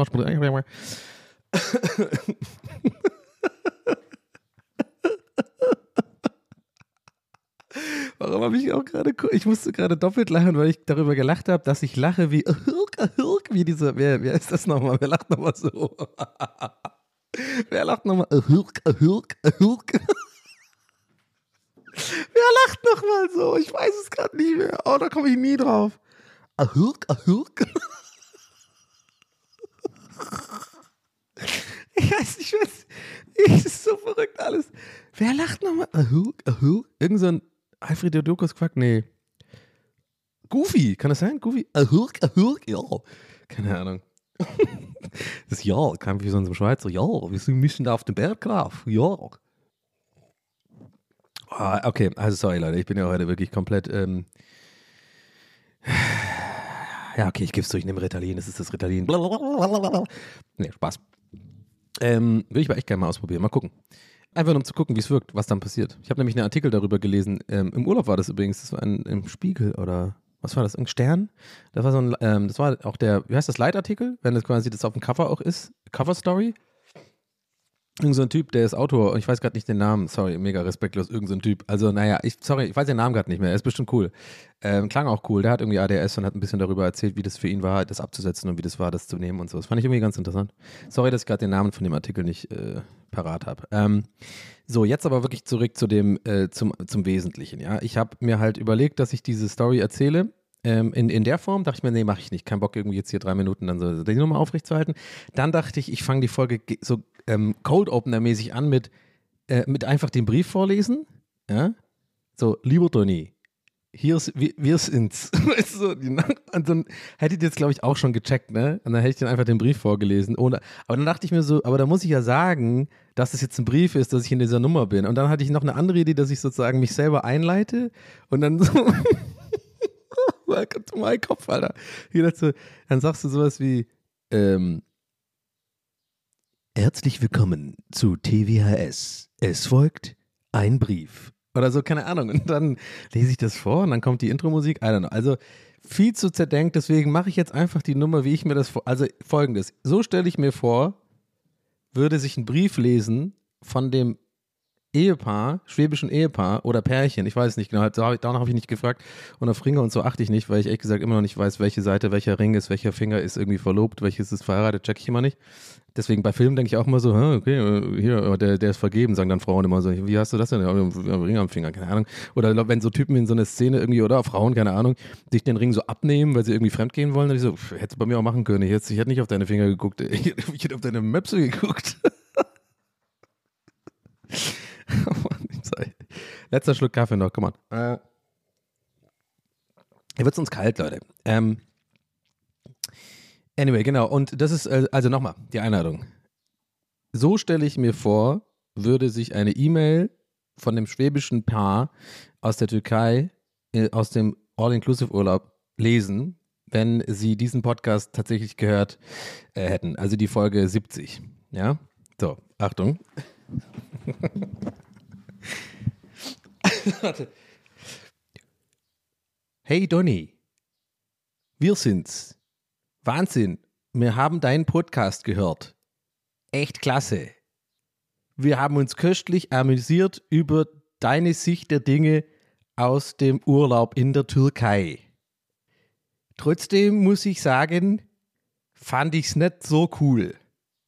Warum habe ich auch gerade, ich musste gerade doppelt lachen, weil ich darüber gelacht habe, dass ich lache wie, wie diese, wer, wer ist das nochmal? Wer lacht nochmal so? Wer lacht nochmal? Wer lacht nochmal so? Ich weiß es gerade nicht mehr. Oh, da komme ich nie drauf. Ahurk, ahurk. Ich weiß nicht, was. Es ist so verrückt alles. Wer lacht nochmal? Ahurk, ahurk. Irgend so ein Alfred Jodokus Quack? Nee. Goofy, kann das sein? Goofy? Ahurk, ahurk, ja. Keine Ahnung. Das Ja, kam wie so ein Schweizer. Ja, wir müssen da auf den Berg rauf. Ja. Ah, okay, also sorry Leute, ich bin ja heute wirklich komplett. Ähm ja, okay, ich gebe es durch, ich nehme Ritalin, das ist das Ritalin. Nee, Spaß. Ähm, will ich aber echt gerne mal ausprobieren, mal gucken. Einfach nur um zu gucken, wie es wirkt, was dann passiert. Ich habe nämlich einen Artikel darüber gelesen, ähm, im Urlaub war das übrigens, das war ein, im Spiegel oder was war das, ein Stern? Das war so ein, ähm, das war auch der, wie heißt das, Leitartikel, wenn das quasi das auf dem Cover auch ist, Cover-Story. Irgend so ein Typ, der ist Autor und ich weiß gerade nicht den Namen, sorry, mega respektlos, irgend so ein Typ. Also naja, ich, sorry, ich weiß den Namen gerade nicht mehr, er ist bestimmt cool. Ähm, klang auch cool, der hat irgendwie A D S und hat ein bisschen darüber erzählt, wie das für ihn war, das abzusetzen und wie das war, das zu nehmen und so. Das fand ich irgendwie ganz interessant. Sorry, dass ich gerade den Namen von dem Artikel nicht äh, parat habe. Ähm, so, jetzt aber wirklich zurück zu dem, äh, zum, zum Wesentlichen, ja. Ich habe mir halt überlegt, dass ich diese Story erzähle. Ähm, in, in der Form dachte ich mir, nee, mache ich nicht. Kein Bock, irgendwie jetzt hier drei Minuten dann so die Nummer aufrechtzuerhalten. Dann dachte ich, ich fange die Folge ge- so ähm, Cold Opener-mäßig an mit, äh, mit einfach dem Brief vorlesen. Ja? So, lieber Donny, hier ist, wir, wir sind's. Weißt du, so, die, und dann hättet ihr jetzt, glaube ich, auch schon gecheckt, ne? Und dann hätte ich dann einfach den Brief vorgelesen. Ohne, aber dann dachte ich mir so, aber da muss ich ja sagen, dass es jetzt ein Brief ist, dass ich in dieser Nummer bin. Und dann hatte ich noch eine andere Idee, dass ich sozusagen mich selber einleite und dann so welcome to my Kopf, Alter. Hier dazu, dann sagst du sowas wie, ähm, herzlich willkommen zu T W H S. Es folgt ein Brief. Oder so, keine Ahnung. Und dann lese ich das vor und dann kommt die Intro-Musik. I don't know. Also viel zu zerdenkt, deswegen mache ich jetzt einfach die Nummer, wie ich mir das vor. Also folgendes. So stelle ich mir vor, würde sich ein Brief lesen von dem Ehepaar, schwäbischen Ehepaar oder Pärchen, ich weiß nicht genau, danach habe ich nicht gefragt und auf Ringe und so achte ich nicht, weil ich ehrlich gesagt immer noch nicht weiß, welche Seite, welcher Ring ist, welcher Finger ist irgendwie verlobt, welches ist verheiratet, check ich immer nicht. Deswegen bei Filmen denke ich auch immer so, okay, hier, der, der ist vergeben, sagen dann Frauen immer so, wie hast du das denn? Ja, Ring am Finger, keine Ahnung. Oder wenn so Typen in so einer Szene irgendwie, oder Frauen, keine Ahnung, sich den Ring so abnehmen, weil sie irgendwie fremdgehen wollen, dann ich so, hättest du bei mir auch machen können, ich hätte, ich hätte nicht auf deine Finger geguckt, ich hätte auf deine Möpse geguckt. Oh Mann, sorry. Letzter Schluck Kaffee noch, komm on. Äh. Hier wird es uns kalt, Leute. Ähm, anyway, genau. Und das ist, äh, also nochmal, die Einladung. So stelle ich mir vor, würde sich eine E-Mail von dem schwäbischen Paar aus der Türkei, äh, aus dem All-Inclusive-Urlaub lesen, wenn sie diesen Podcast tatsächlich gehört äh, hätten. Also die Folge siebzig. Ja? So, Achtung. Warte. Hey Donny, wir sind's. Wahnsinn, wir haben deinen Podcast gehört. Echt klasse. Wir haben uns köstlich amüsiert über deine Sicht der Dinge aus dem Urlaub in der Türkei. Trotzdem muss ich sagen, fand ich's nicht so cool.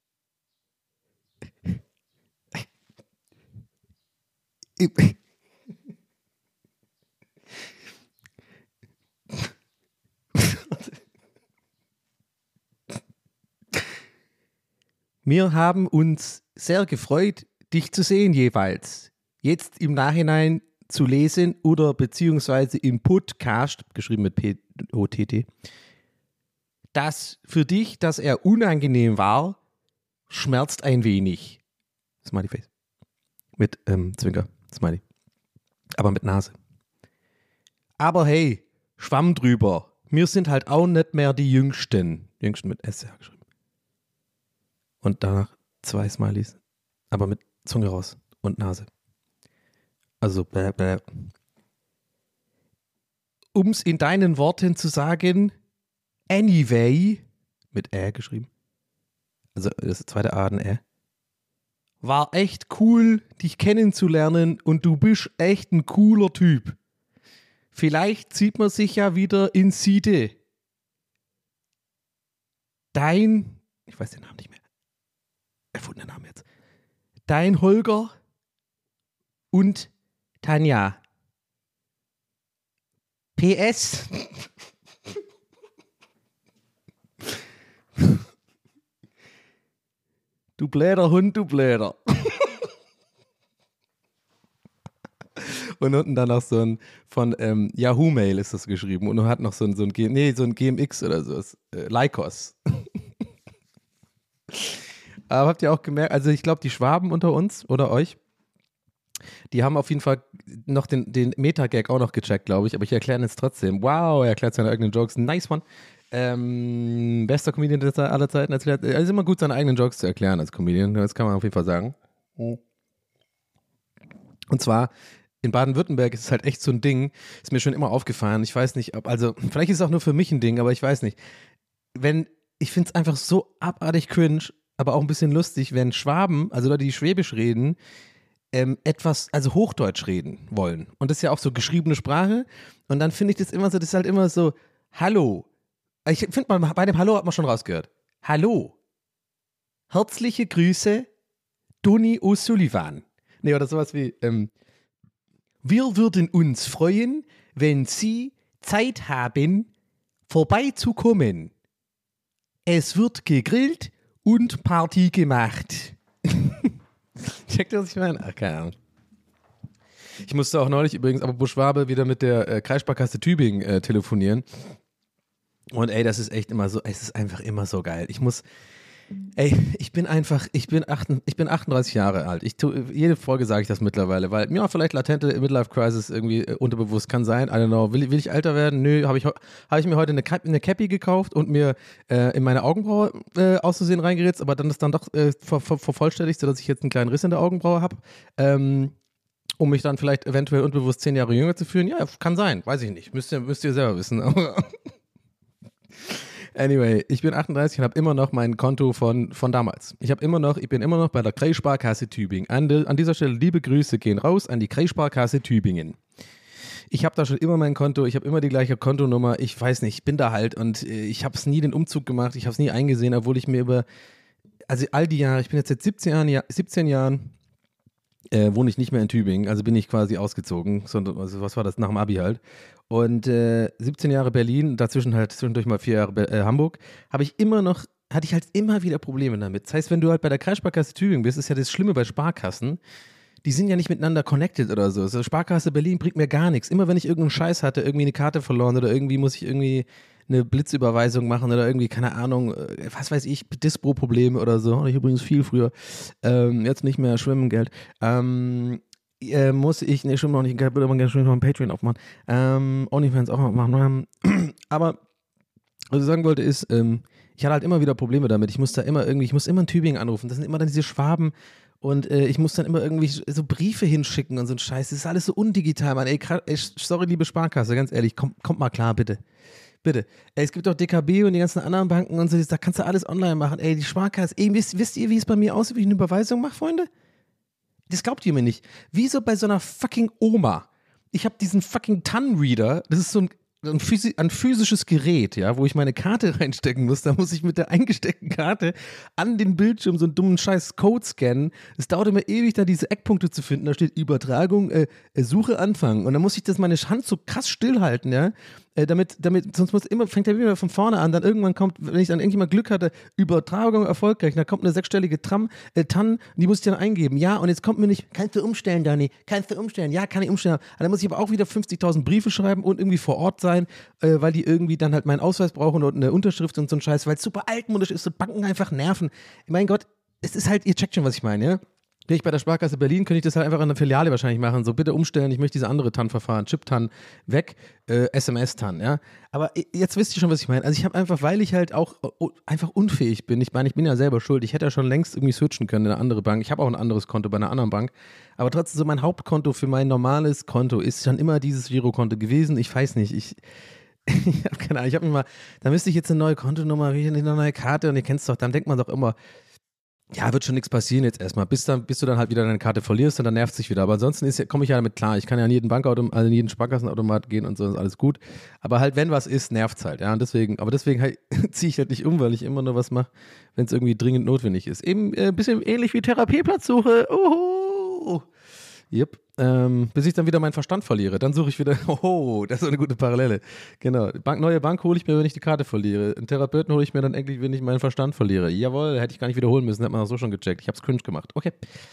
Wir haben uns sehr gefreut, dich zu sehen jeweils. Jetzt im Nachhinein zu lesen oder beziehungsweise im Podcast, geschrieben mit P O T T, dass für dich, dass er unangenehm war, schmerzt ein wenig. Smiley Face. Mit ähm, Zwinker, Smiley. Aber mit Nase. Aber hey, Schwamm drüber. Wir sind halt auch nicht mehr die Jüngsten. Jüngsten mit S ja geschrieben. Und danach zwei Smileys. Aber mit Zunge raus und Nase. Also, bäh, bäh. Um es in deinen Worten zu sagen, anyway, mit Ä geschrieben. Also, das zweite A, ein Ä. War echt cool, dich kennenzulernen und du bist echt ein cooler Typ. Vielleicht sieht man sich ja wieder in Siede. Dein, ich weiß den Namen nicht mehr. Erfundener Name jetzt. Dein Holger und Tanja. P S. Du bläder Hund, du bläder. Und unten dann noch so ein, von ähm, Yahoo Mail ist das geschrieben. Und hat noch so ein, so ein, G, nee, so ein G M X oder so. Äh, Lycos. Aber habt ihr auch gemerkt, also ich glaube, die Schwaben unter uns oder euch, die haben auf jeden Fall noch den, den Meta-Gag auch noch gecheckt, glaube ich. Aber ich erkläre ihn jetzt trotzdem. Wow, er erklärt seine eigenen Jokes. Nice one. Ähm, bester Comedian aller Zeiten. Erklärt, es ist immer gut, seine eigenen Jokes zu erklären als Comedian. Das kann man auf jeden Fall sagen. Und zwar in Baden-Württemberg ist es halt echt so ein Ding, ist mir schon immer aufgefallen. Ich weiß nicht, ob, also vielleicht ist es auch nur für mich ein Ding, aber ich weiß nicht. Wenn, ich finde es einfach so abartig cringe, aber auch ein bisschen lustig, wenn Schwaben, also Leute, die Schwäbisch reden, ähm, etwas, also Hochdeutsch reden wollen. Und das ist ja auch so geschriebene Sprache. Und dann finde ich das immer so, das ist halt immer so, hallo. Ich finde mal, bei dem Hallo hat man schon rausgehört. Hallo. Herzliche Grüße, Donny O'Sullivan. Nee, oder sowas wie, ähm, wir würden uns freuen, wenn Sie Zeit haben, vorbeizukommen. Es wird gegrillt und Party gemacht. Checkt ihr, was ich meine? Ach, keine Ahnung. Ich musste auch neulich übrigens, aber Schwabe, wieder mit der äh, Kreissparkasse Tübingen äh, telefonieren. Und ey, das ist echt immer so, es ist einfach immer so geil. Ich muss, ey, ich bin einfach, ich bin, acht, ich bin achtunddreißig Jahre alt. Ich tu, jede Folge sage ich das mittlerweile, weil, ja, vielleicht latente Midlife-Crisis irgendwie äh, unterbewusst kann sein. I don't know. Will, will ich älter werden? Nö, habe ich, hab ich mir heute eine, eine Cappy gekauft und mir äh, in meine Augenbraue äh, auszusehen reingeritzt, aber dann ist dann doch äh, ver, ver, vervollständigt, sodass ich jetzt einen kleinen Riss in der Augenbraue habe. Ähm, um mich dann vielleicht eventuell unbewusst zehn Jahre jünger zu fühlen. Ja, kann sein. Weiß ich nicht. Müsst ihr, müsst ihr selber wissen. Anyway, ich bin achtunddreißig und habe immer noch mein Konto von, von damals. Ich habe immer noch, ich bin immer noch bei der Kreissparkasse Tübingen. An, de, an dieser Stelle liebe Grüße gehen raus an die Kreissparkasse Tübingen. Ich habe da schon immer mein Konto, ich habe immer die gleiche Kontonummer. Ich weiß nicht, ich bin da halt und äh, ich habe es nie den Umzug gemacht, ich habe es nie eingesehen, obwohl ich mir über, also all die Jahre, ich bin jetzt seit siebzehn Jahren, siebzehn Jahren äh, wohne ich nicht mehr in Tübingen, also bin ich quasi ausgezogen, sondern, also was war das, nach dem Abi halt. Und äh, siebzehn Jahre Berlin, dazwischen halt zwischendurch mal vier Jahre Be- äh, Hamburg, habe ich immer noch, hatte ich halt immer wieder Probleme damit. Das heißt, wenn du halt bei der Kreissparkasse Tübingen bist, ist ja das Schlimme bei Sparkassen, die sind ja nicht miteinander connected oder so. So Sparkasse Berlin bringt mir gar nichts. Immer wenn ich irgendeinen Scheiß hatte, irgendwie eine Karte verloren oder irgendwie muss ich irgendwie eine Blitzüberweisung machen oder irgendwie, keine Ahnung, was weiß ich, Dispro-Probleme oder so. Ich übrigens viel früher. Ähm, jetzt nicht mehr Schwimmengeld. Ähm, äh, muss ich, ne, schwimmen noch nicht, würde man gerne noch ein Patreon aufmachen. Ähm, OnlyFans auch noch machen. Aber was ich sagen wollte ist, ähm, ich hatte halt immer wieder Probleme damit. Ich muss da immer irgendwie, ich muss immer in Tübingen anrufen. Das sind immer dann diese Schwaben und äh, ich muss dann immer irgendwie so Briefe hinschicken und so ein Scheiß. Das ist alles so undigital, Mann. Ey, ey sorry, liebe Sparkasse, ganz ehrlich, kommt kommt mal klar, bitte. Bitte. Ey, es gibt auch D K B und die ganzen anderen Banken und so, da kannst du alles online machen. Ey, die Sparkasse, ey, wisst, wisst ihr, wie es bei mir aussieht, wie ich eine Überweisung mache, Freunde? Das glaubt ihr mir nicht. Wieso bei so einer fucking Oma? Ich habe diesen fucking Tan-Reader, das ist so ein Ein, physi- ein physisches Gerät, ja, wo ich meine Karte reinstecken muss. Da muss ich mit der eingesteckten Karte an den Bildschirm so einen dummen scheiß Code scannen. Es dauert immer ewig, da diese Eckpunkte zu finden. Da steht Übertragung, äh, Suche anfangen. Und dann muss ich das meine Hand so krass stillhalten, ja, äh, damit, damit, sonst muss immer, fängt er wieder von vorne an. Dann irgendwann kommt, wenn ich dann irgendwie mal Glück hatte, Übertragung erfolgreich. Dann kommt eine sechsstellige Tram, äh, Tan, die muss ich dann eingeben. Ja, und jetzt kommt mir nicht, kannst du umstellen, Dani? Kannst du umstellen? Ja, kann ich umstellen. Aber dann muss ich aber auch wieder fünfzigtausend Briefe schreiben und irgendwie vor Ort sein. Äh, weil die irgendwie dann halt meinen Ausweis brauchen und eine Unterschrift und so ein Scheiß, weil es super altmodisch ist, so Banken einfach nerven. Mein Gott, es ist halt, ihr checkt schon, was ich meine, ja? Bin ich bei der Sparkasse Berlin, könnte ich das halt einfach in der Filiale wahrscheinlich machen, so bitte umstellen, ich möchte diese andere T A N-Verfahren, Chip-T A N weg, äh, S M S-T A N, ja? Aber jetzt wisst ihr schon, was ich meine. Also ich habe einfach, weil ich halt auch uh, einfach unfähig bin, ich meine, ich bin ja selber schuld, ich hätte ja schon längst irgendwie switchen können in eine andere Bank, ich habe auch ein anderes Konto bei einer anderen Bank, aber trotzdem so mein Hauptkonto für mein normales Konto ist schon immer dieses Girokonto gewesen, ich weiß nicht, ich Ich habe keine Ahnung, ich habe mir mal, da müsste ich jetzt eine neue Kontonummer, eine neue Karte und ihr kennt es doch, dann denkt man doch immer, ja, wird schon nichts passieren jetzt erstmal, bis, dann, bis du dann halt wieder deine Karte verlierst und dann nervt es sich wieder. Aber ansonsten komme ich ja damit klar. Ich kann ja an jeden Bankautomat, also in jeden Sparkassenautomat gehen und so, ist alles gut. Aber halt, wenn was ist, nervt es halt. Ja, und deswegen, aber deswegen halt, ziehe ich halt nicht um, weil ich immer nur was mache, wenn es irgendwie dringend notwendig ist. Eben ein äh, bisschen ähnlich wie Therapieplatzsuche. Uhu. Yep. Ähm, bis ich dann wieder meinen Verstand verliere. Dann suche ich wieder, oh, das ist eine gute Parallele. Genau. Bank, neue Bank hole ich mir, wenn ich die Karte verliere. Einen Therapeuten hole ich mir dann endlich, wenn ich meinen Verstand verliere. Jawohl, hätte ich gar nicht wiederholen müssen, hätte man auch so schon gecheckt. Ich habe es cringe gemacht. Okay.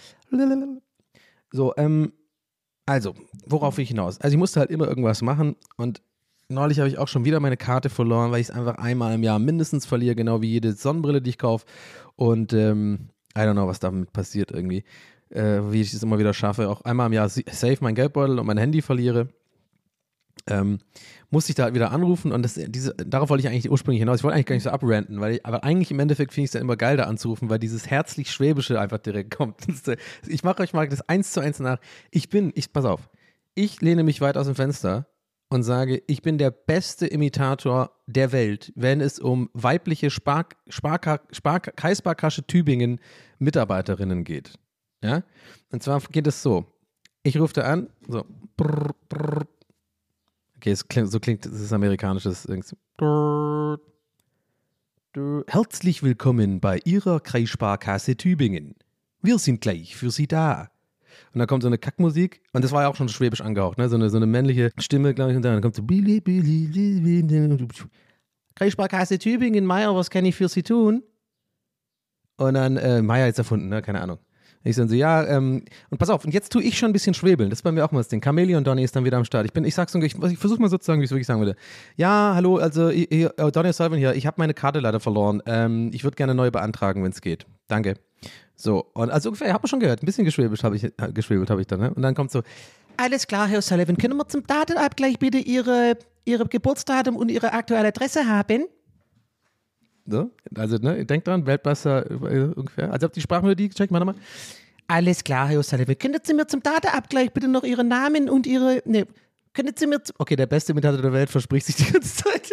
So, ähm, also, worauf will ich hinaus? Also ich musste halt immer irgendwas machen und neulich habe ich auch schon wieder meine Karte verloren, weil ich es einfach einmal im Jahr mindestens verliere, genau wie jede Sonnenbrille, die ich kaufe. Und ähm, I don't know, was damit passiert irgendwie. Äh, wie ich es immer wieder schaffe, auch einmal im Jahr safe mein Geldbeutel und mein Handy verliere, ähm, musste ich da halt wieder anrufen und das, diese, darauf wollte ich eigentlich ursprünglich hinaus. Ich wollte eigentlich gar nicht so abranten, weil ich, aber eigentlich im Endeffekt finde ich es dann immer geil, da anzurufen, weil dieses herzlich Schwäbische einfach direkt kommt. Ich mache euch mal das eins zu eins nach. Ich bin, ich, pass auf, ich lehne mich weit aus dem Fenster und sage, ich bin der beste Imitator der Welt, wenn es um weibliche Spar, Sparka, Spark, Kreissparkasse Tübingen Mitarbeiterinnen geht. Ja, und zwar geht es so, ich rufe da an, so, brr, brr. Okay, es klingt, so klingt, das ist amerikanisches, brr, herzlich willkommen bei Ihrer Kreissparkasse Tübingen, wir sind gleich für Sie da. Und dann kommt so eine Kackmusik und das war ja auch schon schwäbisch angehaucht, ne? so, eine, so eine männliche Stimme, glaube ich, und dann kommt so, Billy, Billy, Billy, Kreissparkasse Tübingen, Meier, was kann ich für Sie tun? Und dann, äh, Meier jetzt erfunden, ne? Keine Ahnung. Ich dann so, ja, ähm, und pass auf, und jetzt tue ich schon ein bisschen schwebeln. Das ist bei mir auch mal das Ding. Chameleon Donny ist dann wieder am Start. Ich bin, ich sag's so, ich, ich versuche mal so zu sagen, wie ich es wirklich sagen würde. Ja, hallo, also ich, ich, Donny Sullivan hier, ich habe meine Karte leider verloren. Ähm, ich würde gerne neu beantragen, wenn es geht. Danke. So, und also ungefähr, ich habe schon gehört, ein bisschen geschwebelt habe ich, äh, geschwebelt habe ich dann, ne? Und dann kommt so, Alles klar, Herr Sullivan, können wir zum Datenabgleich bitte Ihre, Ihre Geburtsdatum und Ihre aktuelle Adresse haben? so, also, ne, denkt dran, Weltmeister äh, ungefähr. Also habt ihr die Sprachmelodie gecheckt, mal nochmal. Alles klar, Herr Sullivan. Könnten Sie mir zum Datenabgleich bitte noch Ihren Namen und Ihre. Ne, könnten Sie mir. Zum, okay, der beste Imitator der Welt verspricht sich die ganze Zeit.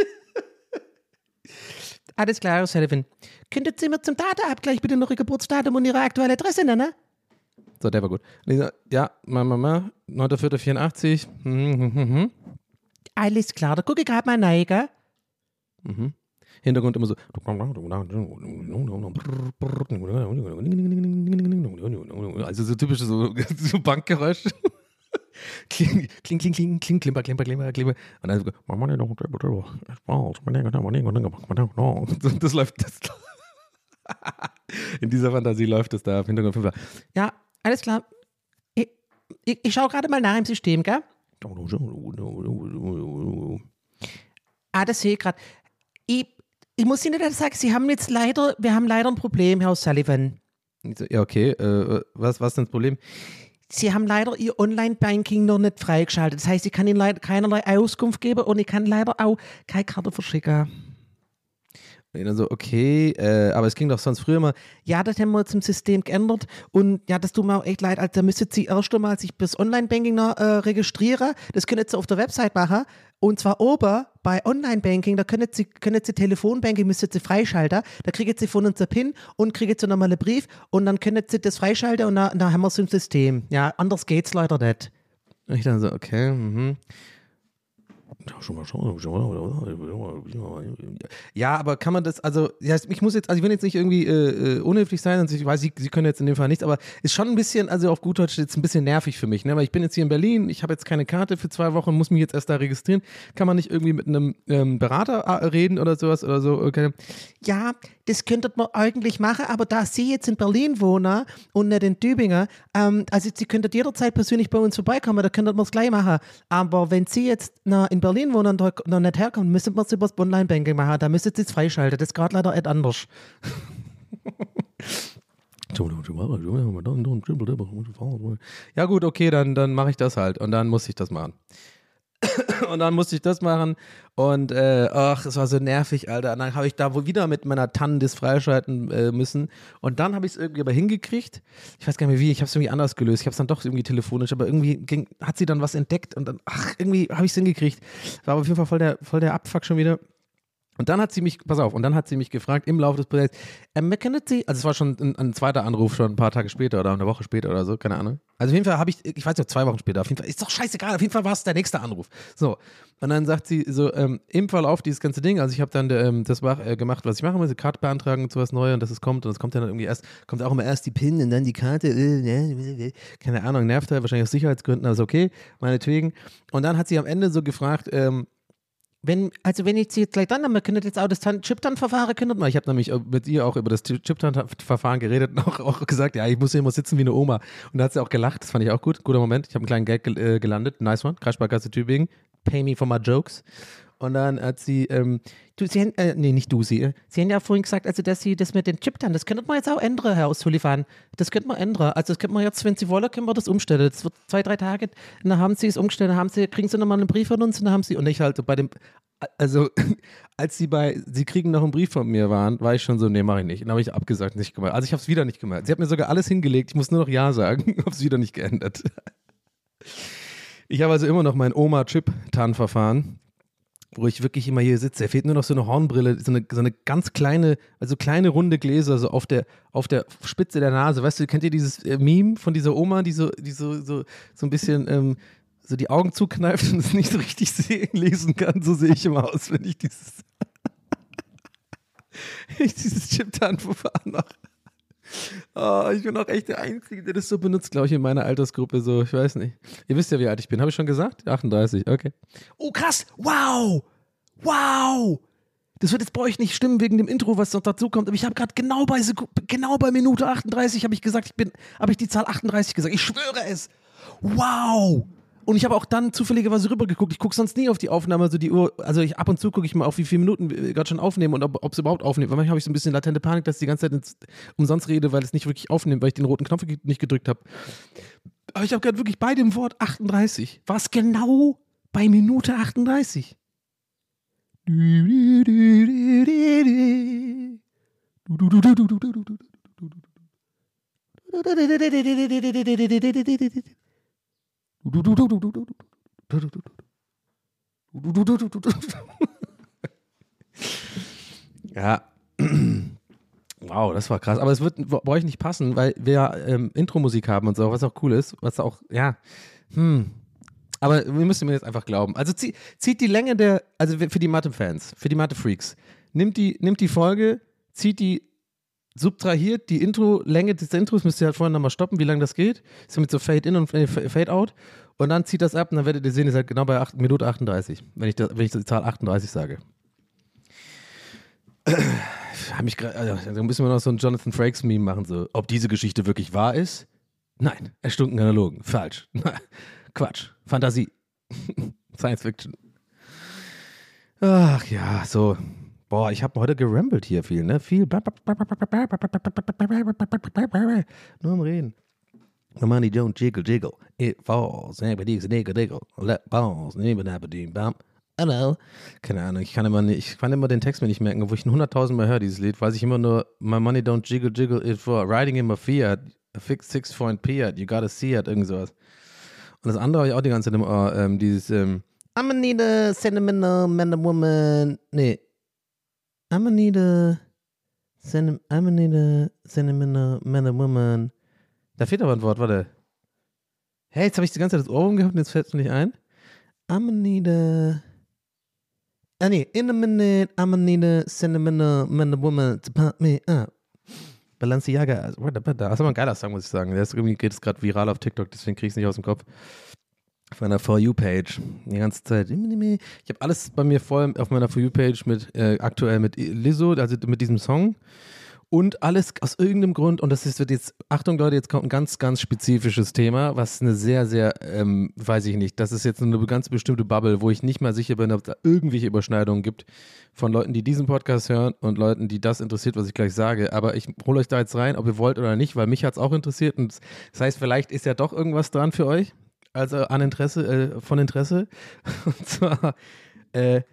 Alles klar, Herr Sullivan. Könnten Sie mir zum Datenabgleich bitte noch Ihr Geburtsdatum und Ihre aktuelle Adresse nennen? So, der war gut. Und ich so, ja, Mama, neunter vierter vierundachtzig. Hm, hm, hm, hm. Alles klar, da gucke ich gerade mal rein, gell? Mhm. Hintergrund immer so. Also so typische so, so Bankgeräusche. Kling, kling, kling, kling, kling, klimper, klimper, klimper, klimper. Und dann so, das läuft, das in dieser Fantasie läuft es da im Hintergrund. Ja, alles klar. ich, ich schaue gerade mal nach im System, gell? Ah, das sehe ich gerade. Ich, ich muss Ihnen das sagen, Sie haben jetzt leider, wir haben leider ein Problem, Herr Sullivan. Ja, okay. Äh, was, was ist denn das Problem? Sie haben leider Ihr Online-Banking noch nicht freigeschaltet. Das heißt, ich kann Ihnen leider keinerlei Auskunft geben und ich kann leider auch keine Karte verschicken. Und dann so, okay, äh, aber es ging doch sonst früher mal. Ja, das haben wir zum System geändert und ja, das tut mir auch echt leid. Also da müssen Sie erst einmal sich bis Online-Banking noch äh, registrieren. Das können Sie auf der Website machen und zwar oben bei Online-Banking, da können Sie, können Sie Telefonbanking, müssen Sie freischalten. Da kriegen Sie von uns einen PIN und kriegen Sie nochmal einen Brief und dann können Sie das freischalten und dann, dann haben wir es im System. Ja, anders geht's leider nicht. Und ich dann so, okay, mhm. Ja, aber kann man das, also, ja, ich muss jetzt, also ich will jetzt nicht irgendwie äh, unhöflich sein und ich weiß, Sie, Sie können jetzt in dem Fall nichts, aber ist schon ein bisschen, also auf gut Deutsch jetzt ein bisschen nervig für mich, ne, weil ich bin jetzt hier in Berlin, ich habe jetzt keine Karte für zwei Wochen, muss mich jetzt erst da registrieren, kann man nicht irgendwie mit einem ähm, Berater reden oder sowas oder so, okay. Ja, das könnte man eigentlich machen, aber da Sie jetzt in Berlin wohnen und nicht in Tübingen, ähm, also Sie könnten jederzeit persönlich bei uns vorbeikommen, da könnten wir es gleich machen. Aber wenn Sie jetzt na, in Berlin wohnen und noch nicht herkommen, müssen wir es über das Online-Banking machen, da müssen Sie es freischalten, das ist gerade leider etwas anders. Ja gut, okay, dann, dann mache ich das halt und dann muss ich das machen. Und dann musste ich das machen und äh, ach, es war so nervig, Alter. Und dann habe ich da wohl wieder mit meiner Tanne das freischalten äh, müssen und dann habe ich es irgendwie aber hingekriegt. Ich weiß gar nicht mehr wie, ich habe es irgendwie anders gelöst. Ich habe es dann doch irgendwie telefonisch, aber irgendwie ging, hat sie dann was entdeckt und dann, ach, irgendwie habe ich es hingekriegt. War aber auf jeden Fall voll der, voll der Abfuck schon wieder. Und dann hat sie mich, pass auf, und dann hat sie mich gefragt im Laufe des Prozesses, ähm, können Sie, also es war schon ein, ein zweiter Anruf, schon ein paar Tage später oder eine Woche später oder so, keine Ahnung. Also auf jeden Fall habe ich, ich weiß nicht, zwei Wochen später, auf jeden Fall, ist doch scheißegal, auf jeden Fall war es der nächste Anruf. So, und dann sagt sie so, ähm, im Verlauf dieses ganze Ding, also ich habe dann ähm, das war, äh, gemacht, was ich machen muss, die Karte beantragen und sowas Neues und dass es kommt und es kommt dann irgendwie erst, kommt auch immer erst die PIN und dann die Karte, äh, keine Ahnung, nervt halt, wahrscheinlich aus Sicherheitsgründen, also okay, meinetwegen. Und dann hat sie am Ende so gefragt, ähm, Wenn, also wenn ich Sie jetzt gleich dann haben, könntet jetzt auch das Chip-Tan-Verfahren, könntet ich habe nämlich mit ihr auch über das Chip-Tan-Verfahren geredet und auch, auch gesagt, ja, ich muss hier immer sitzen wie eine Oma. Und da hat sie auch gelacht, das fand ich auch gut, guter Moment. Ich habe einen kleinen Gag gel- äh, gelandet, nice one, Kreissparkasse Tübingen, pay me for my jokes. Und dann hat sie, ähm, du, Sie haben, äh, nee, nicht du, Sie, äh, Sie haben ja vorhin gesagt, also dass Sie das mit den Chip-Tan, das könnte man jetzt auch ändern, Herr Sullivan. Das könnte man ändern. Also das könnte man jetzt, wenn Sie wollen, können wir das umstellen. Das wird zwei, drei Tage, und dann haben Sie es umgestellt, dann haben Sie, kriegen Sie nochmal einen Brief von uns und dann haben Sie, und ich halt so bei dem, also als sie bei, sie kriegen noch einen Brief von mir waren, war ich schon so, nee, mach ich nicht. Und dann habe ich abgesagt, nicht gemacht. Also ich habe es wieder nicht gemacht. Sie hat mir sogar alles hingelegt, ich muss nur noch Ja sagen, habe es wieder nicht geändert. Ich habe also immer noch mein Oma-Chip-Tan-Verfahren, wo ich wirklich immer hier sitze. Er fehlt nur noch so eine Hornbrille, so eine, so eine ganz kleine, also kleine runde Gläser so auf der, auf der Spitze der Nase. Weißt du, kennt ihr dieses äh, Meme von dieser Oma, die so, die so, so, so ein bisschen ähm, so die Augen zukneift und es nicht so richtig sehen, lesen kann? So sehe ich immer aus, wenn ich dieses, wenn ich dieses Chip-Tan-Verfahren mache. Oh, ich bin auch echt der Einzige, der das so benutzt, glaube ich, in meiner Altersgruppe. So, ich weiß nicht. Ihr wisst ja, wie alt ich bin. Habe ich schon gesagt? achtunddreißig, okay. Oh, krass. Wow. Wow. Das wird jetzt bei euch nicht stimmen wegen dem Intro, was noch dazu kommt. Aber ich habe gerade genau bei Seku- genau bei Minute achtunddreißig habe ich gesagt, ich bin, habe ich die Zahl achtunddreißig gesagt. Ich schwöre es. Wow. Und ich habe auch dann zufälligerweise rübergeguckt. Ich gucke sonst nie auf die Aufnahme, also die Uhr. Also ich, ab und zu gucke ich mal auf, wie viele Minuten wir gerade schon aufnehmen und ob es überhaupt aufnimmt. Weil manchmal habe ich so ein bisschen latente Panik, dass ich die ganze Zeit ins, umsonst rede, weil es nicht wirklich aufnimmt, weil ich den roten Knopf nicht gedrückt habe. Aber ich habe gerade wirklich bei dem Wort achtunddreißig. War es genau bei Minute achtunddreißig. Ja. Wow, das war krass. Aber es wird bei euch nicht passen, weil wir ähm, Intro-Musik haben und so, was auch cool ist. Was auch, ja. Hm. Aber wir müssen mir jetzt einfach glauben. Also zieh, zieht die Länge der, also für die Mathe-Fans, für die Mathe-Freaks, nimmt die, nimmt die Folge, zieht die, subtrahiert die Intro-Länge des Intros, müsst ihr halt vorhin nochmal stoppen, wie lange das geht. Ist ja mit so Fade-In und Fade-Out. Und dann zieht das ab und dann werdet ihr sehen, ihr seid genau bei acht, Minute achtunddreißig, wenn ich, das, wenn ich die Zahl achtunddreißig sage. Hab mich grad, also, dann müssen wir noch so ein Jonathan Frakes-Meme machen, so, ob diese Geschichte wirklich wahr ist? Nein, erstunken analogen. Falsch. Quatsch. Fantasie. Science Fiction. Ach ja, so. Boah, ich habe heute gerambelt hier viel, ne? Viel. Nur am Reden. The money don't jiggle jiggle. It falls. Everybody's a niggle diggle. Let balls. Hello. Keine Ahnung, ich kann immer nicht, ich kann immer den Text mir nicht merken, obwohl ich ihn hunderttausend Mal höre, dieses Lied, weiß ich immer nur, my money don't jiggle jiggle, it for riding in my Fiat, a fixed six point Fiat, you gotta see it, irgend sowas. Und das andere habe ich auch die ganze Zeit im Ohr, ähm, dieses, ähm, I'm gonna need a sentimental man and woman, nee, I'm gonna need a, I'm gonna need a sentimental man and woman, da fehlt aber ein Wort, warte. Hey, jetzt habe ich die ganze Zeit das Ohrwurm gehabt und jetzt fällt es mir nicht ein. I'm gonna need a, ah nee, in a minute, I'm gonna need a sentimental man and woman to pump me up. Balenciaga, das ist aber ein geiler Song, muss ich sagen. Der ist, irgendwie geht es gerade viral auf TikTok, deswegen kriege ich es nicht aus dem Kopf. Auf meiner For You-Page. Die ganze Zeit. Ich habe alles bei mir voll auf meiner For You-Page mit, äh, aktuell mit Lizzo, also mit diesem Song. Und alles aus irgendeinem Grund, und das ist, wird jetzt, Achtung Leute, jetzt kommt ein ganz, ganz spezifisches Thema, was eine sehr, sehr, ähm, weiß ich nicht, das ist jetzt eine ganz bestimmte Bubble, wo ich nicht mal sicher bin, ob es da irgendwelche Überschneidungen gibt von Leuten, die diesen Podcast hören und Leuten, die das interessiert, was ich gleich sage. Aber ich hole euch da jetzt rein, ob ihr wollt oder nicht, weil mich hat es auch interessiert. Und das heißt, vielleicht ist ja doch irgendwas dran für euch, also an Interesse, äh, von Interesse. Und zwar, äh,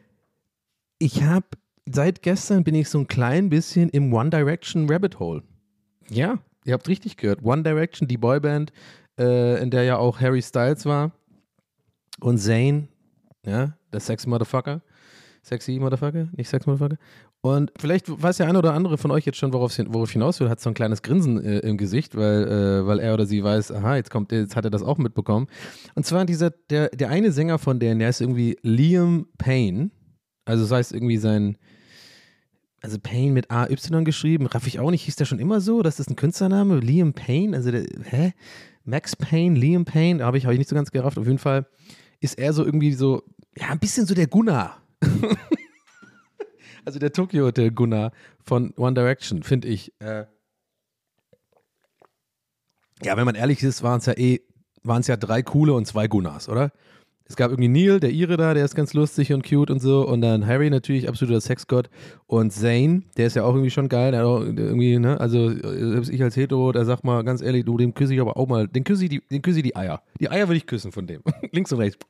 ich habe Seit gestern bin ich so ein klein bisschen im One Direction Rabbit Hole. Ja, ihr habt richtig gehört. One Direction, die Boyband, äh, in der ja auch Harry Styles war. Und Zayn, ja, der Sex Motherfucker. Sexy Motherfucker, nicht Sex Motherfucker. Und vielleicht weiß der eine oder andere von euch jetzt schon, worauf ich hinaus will, hat so ein kleines Grinsen äh, im Gesicht, weil, äh, weil er oder sie weiß, aha, jetzt kommt, jetzt hat er das auch mitbekommen. Und zwar dieser, der, der eine Sänger von denen, der ist irgendwie Liam Payne. Also das heißt irgendwie sein, also Payne mit A Y geschrieben, raff ich auch nicht, hieß der schon immer so? Das ist ein Künstlername, Liam Payne, also der, hä? Max Payne, Liam Payne, habe ich, hab ich nicht so ganz gerafft. Auf jeden Fall ist er so irgendwie so, ja, ein bisschen so der Gunnar. Also der Tokyo Hotel Gunnar von One Direction, finde ich. Äh ja, wenn man ehrlich ist, waren es ja eh, waren es ja drei coole und zwei Gunnars, oder? Es gab irgendwie Neil, der Ire da, der ist ganz lustig und cute und so. Und dann Harry natürlich, absoluter Sexgott. Und Zayn, der ist ja auch irgendwie schon geil. Der hat auch irgendwie, ne, also selbst ich als Hetero, der sagt mal ganz ehrlich, du, dem küsse ich aber auch mal, den küsse ich die, den küsse ich die Eier. Die Eier will ich küssen von dem. Links und rechts.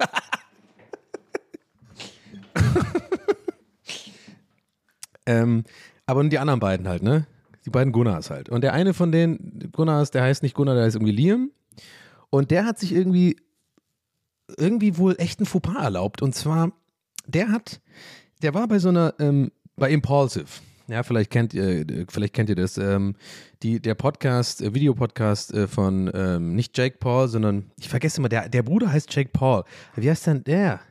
ähm, aber und die anderen beiden halt, ne? Die beiden Gunnars halt. Und der eine von den Gunnars, der heißt nicht Gunnar, der heißt irgendwie Liam. Und der hat sich irgendwie irgendwie wohl echt ein Fauxpas erlaubt. Und zwar, der hat, der war bei so einer, ähm, bei Impulsive. Ja, vielleicht kennt ihr, vielleicht kennt ihr das. Ähm, die, der Podcast, äh, Videopodcast äh, von ähm, nicht Jake Paul, sondern, ich vergesse immer, der, der Bruder heißt Jake Paul. Wie heißt denn der?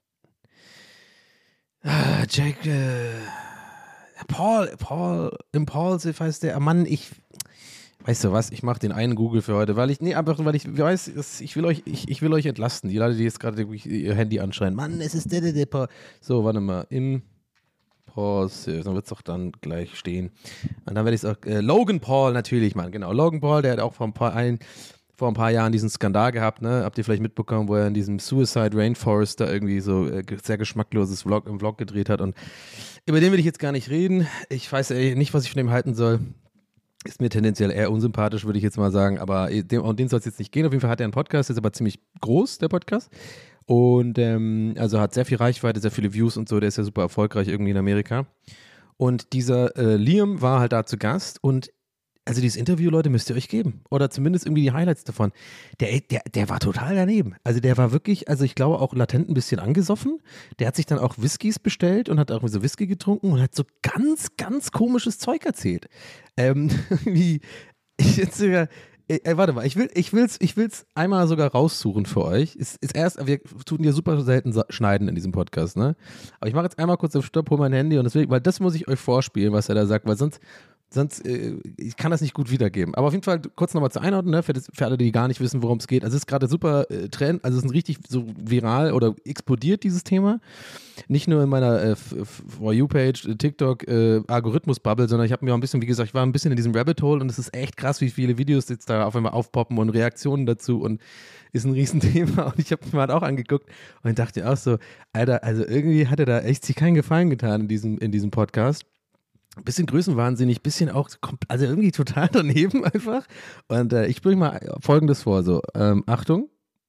Ah, Jake, äh, Paul, Paul, Impulsive heißt der. Mann, ich, weißt du was, ich mache den einen Google für heute, weil ich, nee, einfach, weil ich weiß, ich will euch, ich, ich will euch entlasten. Die Leute, die jetzt gerade ihr Handy anschreien, Mann, es ist der, der, der, so, warte mal, Impulsive, dann wird es doch dann gleich stehen. Und dann werde ich es auch, äh, Logan Paul, natürlich, Mann, genau, Logan Paul, der hat auch vor ein paar, ein, vor ein paar Jahren diesen Skandal gehabt, ne, habt ihr vielleicht mitbekommen, wo er in diesem Suicide Rainforest da irgendwie so äh, sehr geschmackloses Vlog im Vlog gedreht hat und über den will ich jetzt gar nicht reden. Ich weiß ey, nicht, was ich von dem halten soll. Ist mir tendenziell eher unsympathisch, würde ich jetzt mal sagen, aber dem, um den soll es jetzt nicht gehen. Auf jeden Fall hat er einen Podcast, ist aber ziemlich groß, der Podcast. Und ähm, also hat sehr viel Reichweite, sehr viele Views und so, der ist ja super erfolgreich irgendwie in Amerika. Und dieser äh, Liam war halt da zu Gast und also dieses Interview, Leute, müsst ihr euch geben. Oder zumindest irgendwie die Highlights davon. Der, der, der war total daneben. Also der war wirklich, also ich glaube auch latent ein bisschen angesoffen. Der hat sich dann auch Whiskys bestellt und hat auch so Whisky getrunken und hat so ganz, ganz komisches Zeug erzählt. Ähm, wie, ich jetzt sogar, äh, warte mal, ich will, ich will's, ich will's einmal sogar raussuchen für euch. Ist, ist erst, wir tun ja super selten schneiden in diesem Podcast, ne? Aber ich mache jetzt einmal kurz auf Stopp, hol mein Handy und deswegen, weil das muss ich euch vorspielen, was er da sagt, weil sonst sonst, äh, ich kann das nicht gut wiedergeben. Aber auf jeden Fall kurz nochmal zur Einordnung, ne, für, das, für alle, die gar nicht wissen, worum es geht. Also es ist gerade super äh, Trend, also es ist richtig so viral oder explodiert dieses Thema. Nicht nur in meiner äh, For You-Page, äh, TikTok, äh, Algorithmus-Bubble, sondern ich habe mir auch ein bisschen, wie gesagt, ich war ein bisschen in diesem Rabbit Hole und es ist echt krass, wie viele Videos jetzt da auf einmal aufpoppen und Reaktionen dazu und ist ein Riesenthema und ich habe mir halt auch angeguckt und dachte auch so, Alter, also irgendwie hat er da echt sich keinen Gefallen getan in diesem, in diesem Podcast. Bisschen größenwahnsinnig, bisschen auch, also irgendwie total daneben einfach. Und äh, ich bringe mal Folgendes vor, so, ähm, Achtung.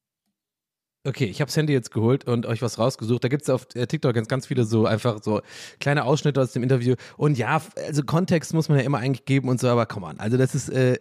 Okay, ich habe das Handy jetzt geholt und euch was rausgesucht. Da gibt es auf äh, TikTok ganz, ganz viele so einfach so kleine Ausschnitte aus dem Interview. Und ja, also Kontext muss man ja immer eigentlich geben und so, aber come on. Also das ist, äh,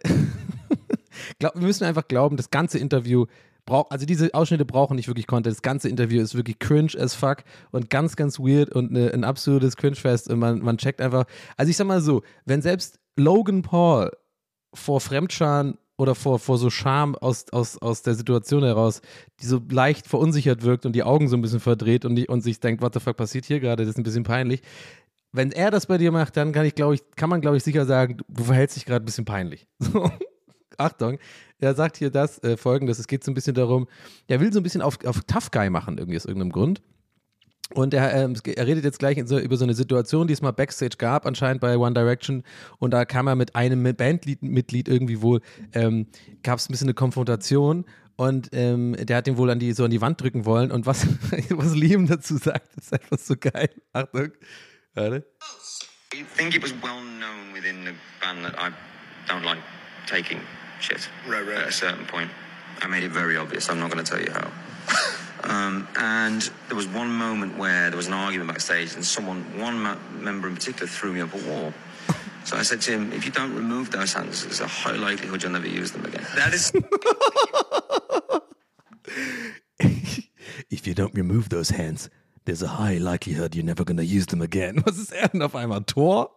glaub, wir müssen einfach glauben, das ganze Interview braucht, also diese Ausschnitte brauchen nicht wirklich Content. Das ganze Interview ist wirklich cringe as fuck und ganz, ganz weird und ne, ein absolutes Cringe-Fest und man, man checkt einfach, also ich sag mal so, wenn selbst Logan Paul vor Fremdscham oder vor, vor so Scham aus, aus, aus der Situation heraus, die so leicht verunsichert wirkt und die Augen so ein bisschen verdreht und, die, und sich denkt, what the fuck passiert hier gerade, das ist ein bisschen peinlich. Wenn er das bei dir macht, dann kann ich, glaube ich, kann man, glaube ich, sicher sagen, du verhältst dich gerade ein bisschen peinlich. So. Achtung, er sagt hier das, äh, folgendes, es geht so ein bisschen darum, er will so ein bisschen auf, auf Tough Guy machen, irgendwie aus irgendeinem Grund. Und er, ähm, er redet jetzt gleich so, über so eine Situation, die es mal Backstage gab, anscheinend bei One Direction. Und da kam er mit einem Bandmitglied irgendwie wohl, ähm, gab es ein bisschen eine Konfrontation. Und ähm, der hat ihn wohl an die, so an die Wand drücken wollen. Und was, was Liam dazu sagt, ist einfach so geil. Achtung, warte. I think it was well known within the band that I don't like taking shit. Right, right. At a certain point. I made it very obvious. I'm not going to tell you how. Um, and there was one moment where there was an argument backstage and someone, one ma- member in particular threw me up a wall. So I said to him, if you don't remove those hands, there's a high likelihood you'll never use them again. That is... If you don't remove those hands, there's a high likelihood you're never gonna use them again. Was ist er denn auf einmal? Thor?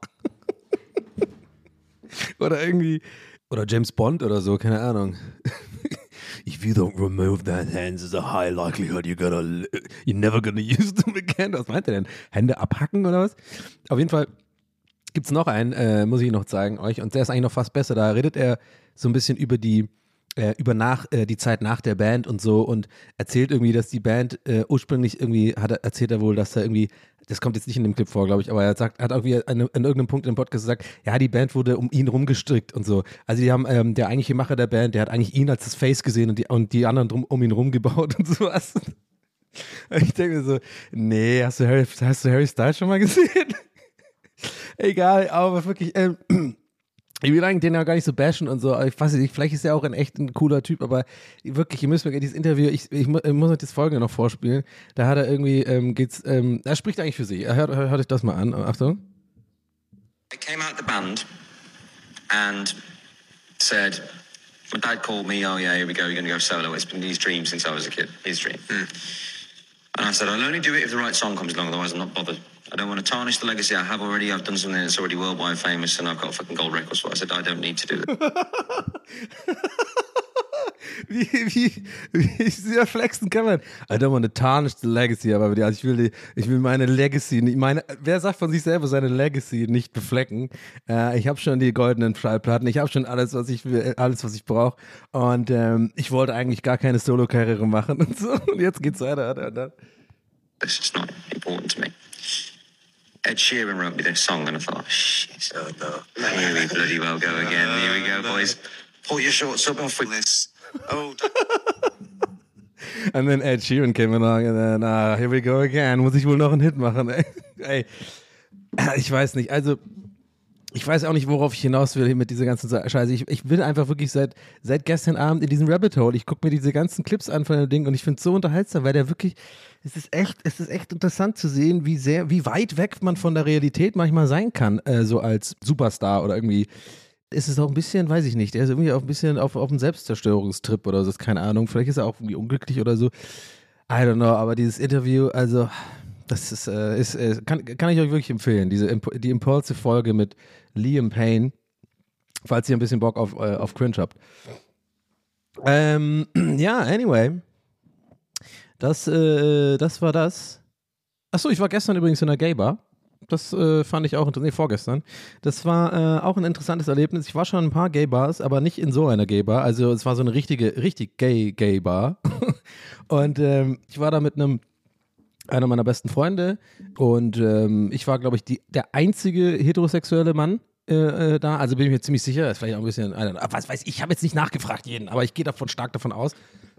Oder irgendwie... Oder James Bond oder so, keine Ahnung. If you don't remove that hands, there's a high likelihood you're gonna, you're never gonna use them again. Was meint er denn? Hände abhacken oder was? Auf jeden Fall gibt's noch einen, äh, muss ich noch zeigen euch. Und der ist eigentlich noch fast besser. Da redet er so ein bisschen über die, äh, über nach, äh, die Zeit nach der Band und so und erzählt irgendwie, dass die Band äh, ursprünglich irgendwie, hat er, erzählt er wohl, dass er irgendwie, das kommt jetzt nicht in dem Clip vor, glaube ich, aber er sagt, hat irgendwie an, an irgendeinem Punkt im Podcast gesagt, ja, die Band wurde um ihn rumgestrickt und so. Also die haben, ähm, der eigentliche Macher der Band, der hat eigentlich ihn als das Face gesehen und die, und die anderen drum, um ihn rumgebaut und sowas. Ich denke mir so, nee, hast du Harry, hast du Harry Styles schon mal gesehen? Egal, aber wirklich, ähm, ich will eigentlich den ja gar nicht so bashen und so, ich weiß nicht, vielleicht ist er auch ein echt ein cooler Typ, aber wirklich, ihr müsst mir dieses Interview, ich, ich, ich muss euch das Folgende noch vorspielen, da hat er irgendwie, ähm, geht's, ähm, er spricht eigentlich für sich, hört, hört, hört euch das mal an, Achtung. I came out the band and said, my dad called me, oh yeah, here we go, you're going to go solo, it's been his dream since I was a kid, his dream. Mm. And I said, I'll only do it if the right song comes along, otherwise I'm not bothered. I don't want to tarnish the legacy I have already. I've done something that's already worldwide famous and I've got fucking gold records for it. I said, I don't need to do that. wie, wie, wie sehr flexen kann man? I don't want to tarnish the legacy, aber also ich will die, ich will meine Legacy, meine, wer sagt von sich selber seine Legacy nicht beflecken? Äh, ich habe schon die goldenen Schallplatten, ich habe schon alles, was ich will, alles, was ich brauche und ähm, ich wollte eigentlich gar keine Solo-Karriere machen und so und jetzt geht's weiter. It's just not important to me. Ed Sheeran wrote me this song and I thought, shit, oh no, here we bloody well go again. Here we go, boys. Pull your shorts up off with this. Oh. And then Ed Sheeran came along and then, ah, here we go again. Muss ich wohl noch einen Hit machen, ey. Ey. Ich weiß nicht, also ich weiß auch nicht, worauf ich hinaus will mit dieser ganzen Scheiße. Ich, ich bin einfach wirklich seit, seit gestern Abend in diesem Rabbit Hole. Ich gucke mir diese ganzen Clips an von dem Ding und ich finde es so unterhaltsam, weil der wirklich, es ist echt, es ist echt interessant zu sehen, wie sehr, wie weit weg man von der Realität manchmal sein kann, äh, so als Superstar oder irgendwie. Ist es auch ein bisschen, weiß ich nicht, der ist irgendwie auch ein bisschen auf, auf einem Selbstzerstörungstrip oder so, ist keine Ahnung. Vielleicht ist er auch irgendwie unglücklich oder so. I don't know, aber dieses Interview, also das ist, äh, ist äh, kann, kann ich euch wirklich empfehlen, diese Imp- die Impulsive-Folge mit Liam Payne, falls ihr ein bisschen Bock auf, äh, auf Cringe habt. Ähm, ja, anyway, das, äh, das war das. Achso, ich war gestern übrigens in einer Gay-Bar. Das äh, fand ich auch interessant. Nee, vorgestern. Das war äh, auch ein interessantes Erlebnis. Ich war schon in ein paar Gay-Bars, aber nicht in so einer Gay-Bar. Also es war so eine richtige, richtig gay-Gay-Bar. Und ähm, ich war da mit einem einer meiner besten Freunde und ähm, ich war, glaube ich, die, der einzige heterosexuelle Mann äh, äh, da. Also bin ich mir ziemlich sicher. Das war ja auch ein bisschen, I don't know, was weiß ich, ich habe jetzt nicht nachgefragt jeden, aber ich gehe davon stark davon aus.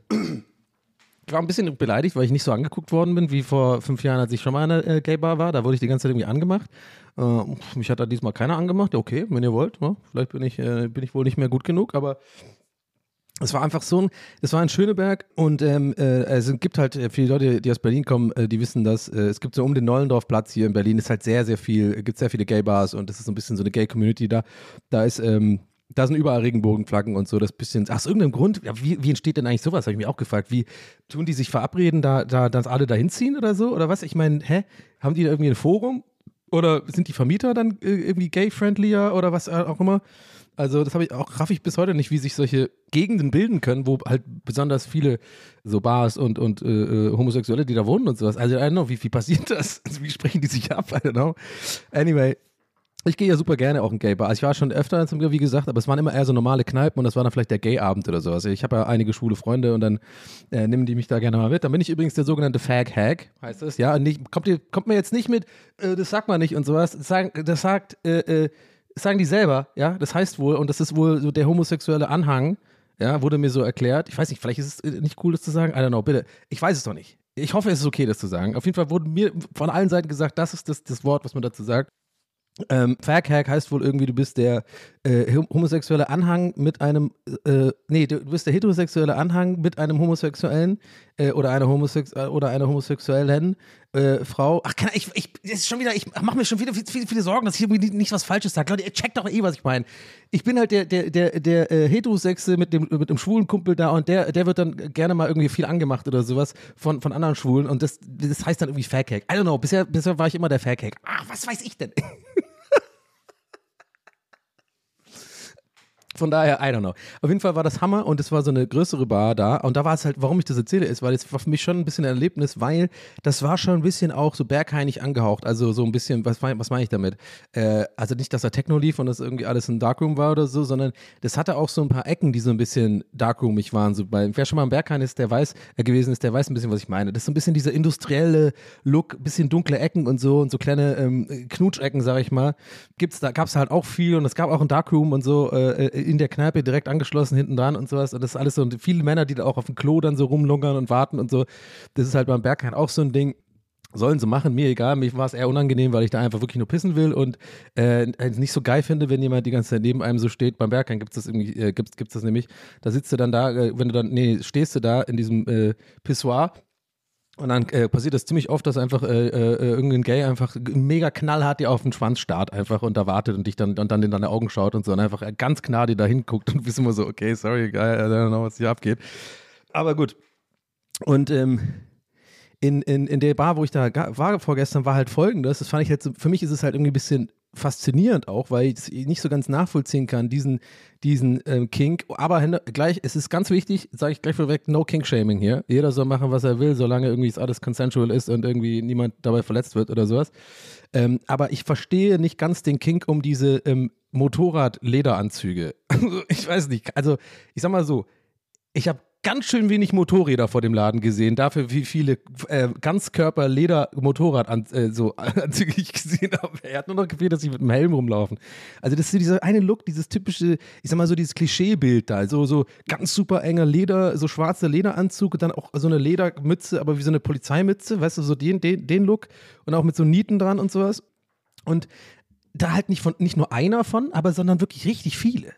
Ich war ein bisschen beleidigt, weil ich nicht so angeguckt worden bin, wie vor fünf Jahren, als ich schon mal in einer äh, Gay-Bar war. Da wurde ich die ganze Zeit irgendwie angemacht. Äh, mich hat da diesmal keiner angemacht. Ja, okay, wenn ihr wollt. Ja, vielleicht bin ich, äh, bin ich wohl nicht mehr gut genug, aber es war einfach so ein, es war in Schöneberg und ähm, äh, es gibt halt äh, viele Leute, die aus Berlin kommen, äh, die wissen das. Äh, es gibt so um den Nollendorfplatz hier in Berlin, ist halt sehr, sehr viel, gibt sehr viele Gay-Bars und es ist so ein bisschen so eine Gay-Community da. Da ist, ähm, Da sind überall Regenbogenflaggen und so, das bisschen, aus irgendeinem Grund, ja, wie, wie entsteht denn eigentlich sowas, habe ich mich auch gefragt, wie tun die sich verabreden, da, da, dass alle da hinziehen oder so, oder was, ich meine, hä, haben die da irgendwie ein Forum oder sind die Vermieter dann äh, irgendwie gay-friendlier oder was auch immer, also das habe ich auch, raff ich bis heute nicht, wie sich solche Gegenden bilden können, wo halt besonders viele so Bars und, und äh, Homosexuelle, die da wohnen und sowas, also I don't know, wie, wie passiert das, also, wie sprechen die sich ab, I don't know, anyway. Ich gehe ja super gerne auch in Gay-Bar. Also ich war schon öfter, wie gesagt, aber es waren immer eher so normale Kneipen und das war dann vielleicht der Gay-Abend oder sowas. Ich habe ja einige schwule Freunde und dann äh, nehmen die mich da gerne mal mit. Dann bin ich übrigens der sogenannte Fag-Hag, heißt das. Ja, und nicht, kommt, ihr, kommt mir jetzt nicht mit, äh, das sagt man nicht und sowas. Das, sagen, das sagt, äh, äh, das sagen die selber, ja, das heißt wohl und das ist wohl so der homosexuelle Anhang, ja, wurde mir so erklärt. Ich weiß nicht, vielleicht ist es nicht cool, das zu sagen. I don't know, bitte. Ich weiß es doch nicht. Ich hoffe, es ist okay, das zu sagen. Auf jeden Fall wurde mir von allen Seiten gesagt, das ist das, das Wort, was man dazu sagt. Ähm, Fag-Hag heißt wohl irgendwie, du bist der äh, homosexuelle Anhang mit einem, äh, nee, du bist der heterosexuelle Anhang mit einem Homosexuellen äh, oder einer Homosex oder einer homosexuellen äh, Frau. Ach, kann, ich, ich, das ist schon wieder, ich mache mir schon wieder viele, viele, viele Sorgen, dass ich irgendwie nicht was Falsches sage. Leute, ihr checkt doch eh, was ich meine. Ich bin halt der, der, der, der äh, Heterosexe mit dem, mit dem schwulen Kumpel da und der, der wird dann gerne mal irgendwie viel angemacht oder sowas von, von anderen Schwulen und das, das heißt dann irgendwie Fag-Hag. I don't know, bisher, bisher war ich immer der Fag-Hag. Ach, was weiß ich denn? Von daher, I don't know. Auf jeden Fall war das Hammer und es war so eine größere Bar da und da war es halt, warum ich das erzähle, ist, weil es war für mich schon ein bisschen ein Erlebnis, weil das war schon ein bisschen auch so bergheinig angehaucht, also so ein bisschen, was, was meine ich damit? Äh, also nicht, dass da Techno lief und das irgendwie alles ein Darkroom war oder so, sondern das hatte auch so ein paar Ecken, die so ein bisschen darkroomig waren. So bei, wer schon mal im Berghain ist, der weiß, äh, gewesen ist, der weiß ein bisschen, was ich meine. Das ist so ein bisschen dieser industrielle Look, bisschen dunkle Ecken und so und so kleine ähm, Knutschecken, sag ich mal. Gibt's da, gab's halt auch viel und es gab auch ein Darkroom und so, äh, in der Kneipe direkt angeschlossen hinten dran und sowas und das ist alles so und viele Männer, die da auch auf dem Klo dann so rumlungern und warten und so, das ist halt beim Berghain auch so ein Ding, sollen sie machen, mir egal, mir war es eher unangenehm, weil ich da einfach wirklich nur pissen will und äh, nicht so geil finde, wenn jemand die ganze Zeit neben einem so steht, beim Berghain gibt es das irgendwie, äh, gibt's, gibt's das nämlich, da sitzt du dann da, äh, wenn du dann, nee, stehst du da in diesem äh, Pissoir. Und dann äh, passiert das ziemlich oft, dass einfach äh, äh, irgendein Gay einfach mega knallhart dir auf den Schwanz starrt einfach und da wartet und dich dann und dann in deine Augen schaut und so und einfach ganz gnade da hinguckt und du bist immer so, okay, sorry, geil, I don't know, was hier abgeht. Aber gut. Und ähm, in, in, in der Bar, wo ich da war vorgestern, war halt folgendes, das fand ich jetzt, für mich ist es halt irgendwie ein bisschen faszinierend auch, weil ich es nicht so ganz nachvollziehen kann, diesen, diesen ähm, Kink, aber gleich, es ist ganz wichtig, sage ich gleich vorweg, no Kink-Shaming hier, jeder soll machen, was er will, solange irgendwie es alles consensual ist und irgendwie niemand dabei verletzt wird oder sowas, ähm, aber ich verstehe nicht ganz den Kink um diese ähm, Motorrad-Lederanzüge, also ich weiß nicht, also ich sag mal so, ich habe ganz schön wenig Motorräder vor dem Laden gesehen, dafür wie viele äh, Ganzkörper-Leder-Motorrad-Anzüge äh, so, ich gesehen habe. Er hat nur noch gefehlt, dass sie mit dem Helm rumlaufen. Also das ist dieser eine Look, dieses typische, ich sag mal so dieses Klischeebild da, so, so ganz super enger Leder, so schwarzer Lederanzug und dann auch so eine Ledermütze, aber wie so eine Polizeimütze, weißt du, so den, den, den Look und auch mit so Nieten dran und sowas. Und da halt nicht, von, nicht nur einer von, aber sondern wirklich richtig viele.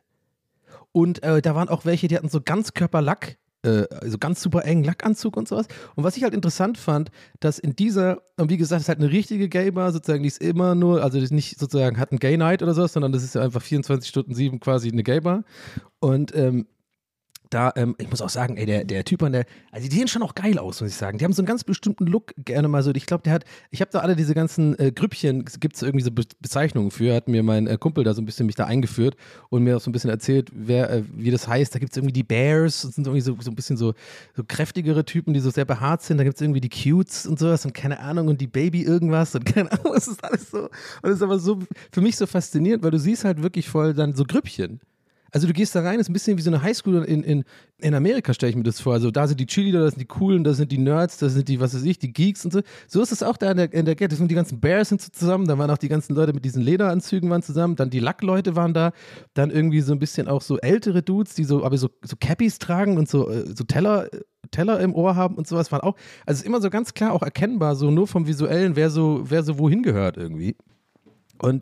Und äh, da waren auch welche, die hatten so Ganzkörperlack, also ganz super engen Lackanzug und sowas. Und was ich halt interessant fand, dass in dieser, und wie gesagt, es ist halt eine richtige Gay-Bar, sozusagen, die ist immer nur, also die ist nicht sozusagen, hat ein Gay-Night oder sowas, sondern das ist ja einfach vierundzwanzig Stunden sieben quasi eine Gay-Bar. Und ähm, Da, ähm, ich muss auch sagen, ey, der, der Typ an der, also die sehen schon auch geil aus, muss ich sagen. Die haben so einen ganz bestimmten Look, gerne mal so. Ich glaube, der hat, ich habe da alle diese ganzen äh, Grüppchen, gibt es irgendwie so Be- Bezeichnungen für, hat mir mein äh, Kumpel da so ein bisschen mich da eingeführt und mir auch so ein bisschen erzählt, wer, äh, wie das heißt. Da gibt es irgendwie die Bears, das sind irgendwie so, so ein bisschen so, so kräftigere Typen, die so sehr behaart sind. Da gibt es irgendwie die Cutes und sowas und keine Ahnung und die Baby irgendwas und keine Ahnung, es ist alles so. Und es ist aber so für mich so faszinierend, weil du siehst halt wirklich voll dann so Grüppchen. Also du gehst da rein, ist ein bisschen wie so eine Highschool in, in, in Amerika, stelle ich mir das vor. Also da sind die Cheerleader, da sind die Coolen, da sind die Nerds, da sind die, was weiß ich, die Geeks und so. So ist es auch da in der, in der Ghetto. Die ganzen Bears sind so zusammen, da waren auch die ganzen Leute mit diesen Lederanzügen waren zusammen, dann die Lackleute waren da, dann irgendwie so ein bisschen auch so ältere Dudes, die so, aber so, so Cappies tragen und so, so Teller, Teller im Ohr haben und sowas waren auch. Also es ist immer so ganz klar auch erkennbar, so nur vom Visuellen, wer so, wer so wohin gehört irgendwie. Und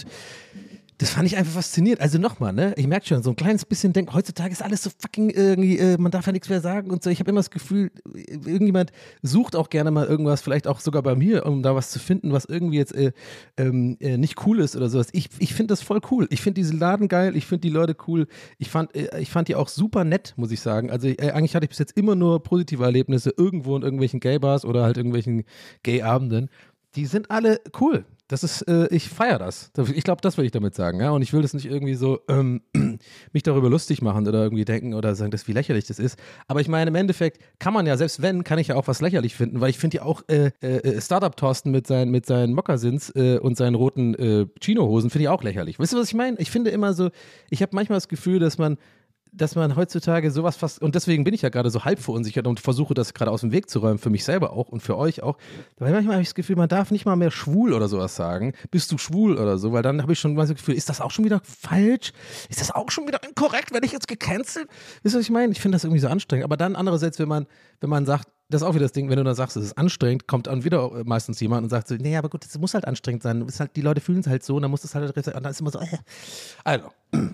das fand ich einfach faszinierend. Also nochmal, ne? Ich merke schon, so ein kleines bisschen denken, heutzutage ist alles so fucking irgendwie, äh, man darf ja nichts mehr sagen und so. Ich habe immer das Gefühl, irgendjemand sucht auch gerne mal irgendwas, vielleicht auch sogar bei mir, um da was zu finden, was irgendwie jetzt äh, ähm, äh, nicht cool ist oder sowas. Ich, ich finde das voll cool. Ich finde diesen Laden geil, ich finde die Leute cool. Ich fand, äh, ich fand die auch super nett, muss ich sagen. Also äh, eigentlich hatte ich bis jetzt immer nur positive Erlebnisse irgendwo in irgendwelchen Gay-Bars oder halt irgendwelchen Gay-Abenden. Die sind alle cool. Das ist, äh, ich feiere das. Ich glaube, das will ich damit sagen, ja. Und ich will das nicht irgendwie so ähm, mich darüber lustig machen oder irgendwie denken oder sagen, dass wie lächerlich das ist. Aber ich meine, im Endeffekt kann man ja, selbst wenn, kann ich ja auch was lächerlich finden, weil ich finde ja auch äh, äh, Startup-Thorsten mit seinen, mit seinen Moccasins äh, und seinen roten äh, Chino-Hosen finde ich auch lächerlich. Weißt du, was ich meine? Ich finde immer so, ich habe manchmal das Gefühl, dass man dass man heutzutage sowas fast, und deswegen bin ich ja gerade so halb verunsichert und versuche das gerade aus dem Weg zu räumen, für mich selber auch und für euch auch, weil manchmal habe ich das Gefühl, man darf nicht mal mehr schwul oder sowas sagen, bist du schwul oder so, weil dann habe ich schon mal das Gefühl, ist das auch schon wieder falsch? Ist das auch schon wieder inkorrekt, werde ich jetzt gecancelt? Wisst ihr, was ich meine? Ich finde das irgendwie so anstrengend, aber dann andererseits, wenn man, wenn man sagt, das ist auch wieder das Ding, wenn du dann sagst, es ist anstrengend, kommt dann wieder meistens jemand und sagt so, nee, aber gut, das muss halt anstrengend sein, ist halt, die Leute fühlen es halt so und dann muss das halt, und dann ist immer so, äh. Also,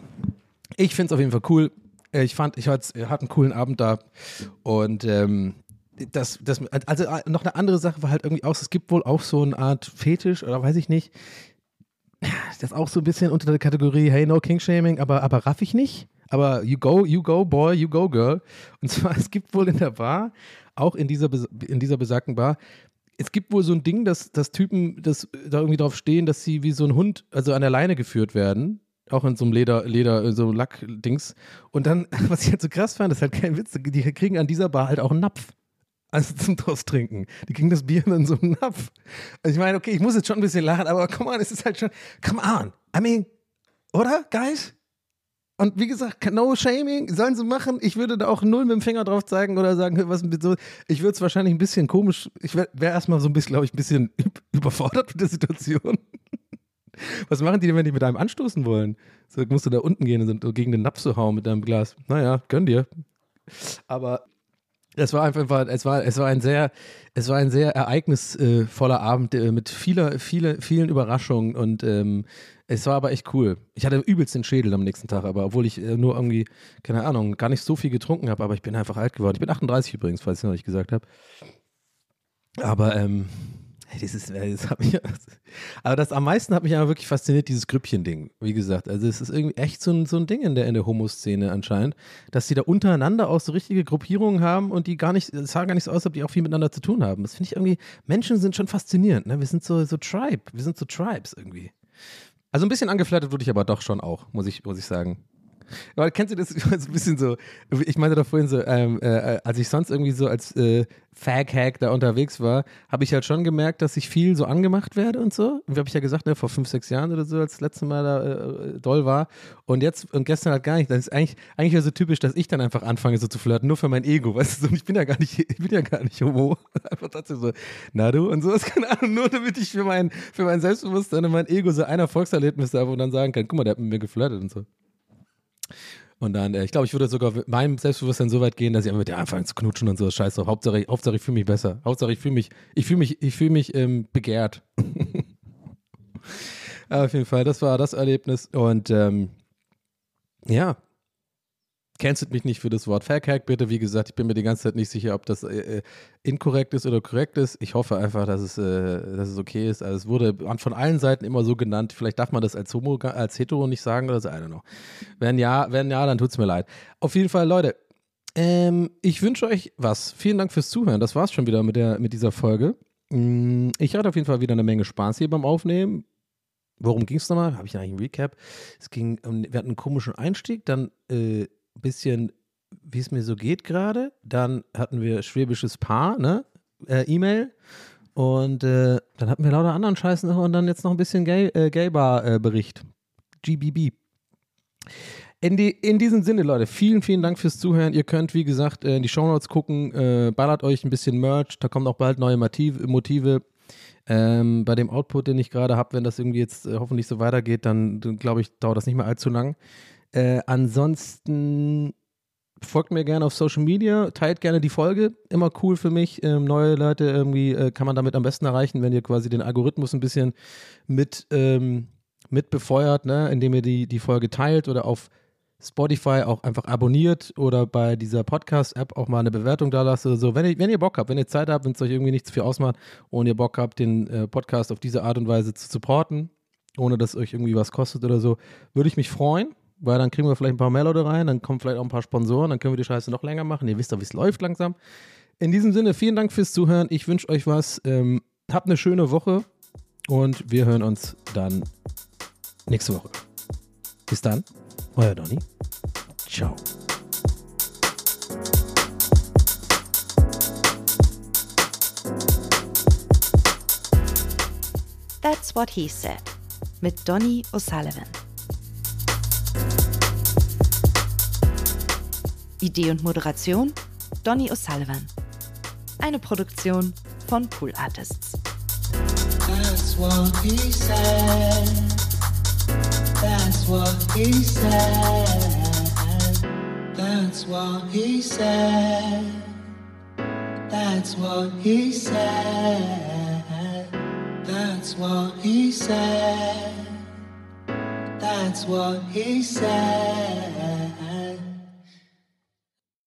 ich finde es auf jeden Fall cool. Ich fand, ich hatte einen coolen Abend da und ähm, das, das, also noch eine andere Sache war halt irgendwie auch, es gibt wohl auch so eine Art Fetisch oder weiß ich nicht, das ist auch so ein bisschen unter der Kategorie, hey, no King-Shaming, aber, aber raff ich nicht, aber you go, you go, boy, you go, girl. Und zwar, es gibt wohl in der Bar, auch in dieser, in dieser besagten Bar, es gibt wohl so ein Ding, dass, dass Typen das, da irgendwie drauf stehen, dass sie wie so ein Hund, also an der Leine geführt werden. Auch in so einem Leder, Leder, so Lack-Dings. Und dann, was ich halt so krass fand, ist halt kein Witz, die kriegen an dieser Bar halt auch einen Napf. Also zum draus trinken. Die kriegen das Bier in so einem Napf. Also ich meine, okay, ich muss jetzt schon ein bisschen lachen, aber come on, es ist halt schon, come on. I mean, oder, guys? Und wie gesagt, no shaming, sollen sie machen. Ich würde da auch null mit dem Finger drauf zeigen oder sagen, was mit so. Ich würde es wahrscheinlich ein bisschen komisch, ich wäre wär erstmal so ein bisschen, glaube ich, ein bisschen überfordert mit der Situation. Was machen die denn, wenn die mit einem anstoßen wollen? So musst du da unten gehen und gegen den Napf so hauen mit deinem Glas. Naja, gönn dir. Aber es war einfach, es war, es war ein sehr, es war ein sehr ereignisvoller Abend äh, mit vieler, viele, vielen Überraschungen und ähm, es war aber echt cool. Ich hatte übelst den Schädel am nächsten Tag, aber obwohl ich äh, nur irgendwie, keine Ahnung, gar nicht so viel getrunken habe, aber ich bin einfach alt geworden. Ich bin achtunddreißig übrigens, falls ich noch nicht gesagt habe. Aber ähm, Das ist, das hat mich, aber das am meisten hat mich aber wirklich fasziniert, dieses Grüppchen-Ding, wie gesagt. Also es ist irgendwie echt so ein, so ein Ding in der, in der Homo-Szene anscheinend, dass die da untereinander auch so richtige Gruppierungen haben und die gar nicht, es sah gar nicht so aus, als ob die auch viel miteinander zu tun haben. Das finde ich irgendwie, Menschen sind schon faszinierend, ne? Wir sind so, so Tribe, wir sind so Tribes irgendwie. Also ein bisschen angeflattert wurde ich aber doch schon auch, muss ich, muss ich sagen. Aber kennst du das so ein bisschen so, ich meinte doch vorhin so, ähm, äh, als ich sonst irgendwie so als äh, Fag-Hack da unterwegs war, habe ich halt schon gemerkt, dass ich viel so angemacht werde und so. Wie habe ich ja gesagt, ne, vor fünf, sechs Jahren oder so, als das letzte Mal da äh, doll war. Und jetzt und gestern halt gar nicht. Das ist eigentlich, eigentlich ja so typisch, dass ich dann einfach anfange so zu flirten, nur für mein Ego, weißt du, und ich bin ja gar nicht, ich bin ja gar nicht homo. Einfach trotzdem so, na du, und sowas, keine Ahnung, nur damit ich für mein, für mein Selbstbewusstsein und mein Ego so ein Erfolgserlebnis habe und dann sagen kann, guck mal, der hat mit mir geflirtet und so. Und dann, äh, ich glaube, ich würde sogar mit meinem Selbstbewusstsein so weit gehen, dass ich einfach mit der anfange zu knutschen und so, scheiß drauf. Hauptsache, Hauptsache ich fühle mich besser. Hauptsache ich fühle mich, ich fühle mich, ich fühle mich ähm, begehrt. Aber auf jeden Fall, das war das Erlebnis und ähm, ja, cancelt mich nicht für das Wort Fag-Hack, bitte. Wie gesagt, ich bin mir die ganze Zeit nicht sicher, ob das äh, inkorrekt ist oder korrekt ist. Ich hoffe einfach, dass es, äh, dass es okay ist. Also es wurde von allen Seiten immer so genannt. Vielleicht darf man das als Homo, als Hetero nicht sagen oder so. I don't know. Wenn ja, wenn ja, dann tut's mir leid. Auf jeden Fall, Leute, Ähm, ich wünsche euch was. Vielen Dank fürs Zuhören. Das war's schon wieder mit, der, mit dieser Folge. Ich hatte auf jeden Fall wieder eine Menge Spaß hier beim Aufnehmen. Worum ging es nochmal? Habe ich eigentlich einen Recap? Es ging, wir hatten einen komischen Einstieg, dann ein äh, bisschen, wie es mir so geht gerade. Dann hatten wir schwäbisches Paar, ne? Äh, E-Mail. Und äh, dann hatten wir lauter anderen Scheiß noch und dann jetzt noch ein bisschen Gay, äh, Gay-Bar-Bericht. G B B. In, die, in diesem Sinne, Leute, vielen, vielen Dank fürs Zuhören. Ihr könnt, wie gesagt, in die Shownotes gucken, äh, ballert euch ein bisschen Merch, da kommen auch bald neue Motive. Motive. Ähm, bei dem Output, den ich gerade habe, wenn das irgendwie jetzt äh, hoffentlich so weitergeht, dann, dann glaube ich, dauert das nicht mehr allzu lang. Äh, ansonsten folgt mir gerne auf Social Media, teilt gerne die Folge, immer cool für mich. Ähm, neue Leute irgendwie äh, kann man damit am besten erreichen, wenn ihr quasi den Algorithmus ein bisschen mit, ähm, mit befeuert, ne? Indem ihr die, die Folge teilt oder auf Spotify auch einfach abonniert oder bei dieser Podcast-App auch mal eine Bewertung da lasst oder so. Wenn ihr, wenn ihr Bock habt, wenn ihr Zeit habt, wenn es euch irgendwie nicht zu viel ausmacht und ihr Bock habt, den äh, Podcast auf diese Art und Weise zu supporten, ohne dass euch irgendwie was kostet oder so, würde ich mich freuen, weil dann kriegen wir vielleicht ein paar mehr Leute rein, dann kommen vielleicht auch ein paar Sponsoren, dann können wir die Scheiße noch länger machen. Ihr wisst doch, wie es läuft langsam. In diesem Sinne, vielen Dank fürs Zuhören. Ich wünsche euch was. Ähm, habt eine schöne Woche und wir hören uns dann nächste Woche. Bis dann. Euer Donny. Ciao. That's What He Said mit Donny O'Sullivan. Idee und Moderation Donny O'Sullivan. Eine Produktion von Pool Artists. That's what he said. That's what he said. That's what he said. That's what he said. That's what he said. That's what he said.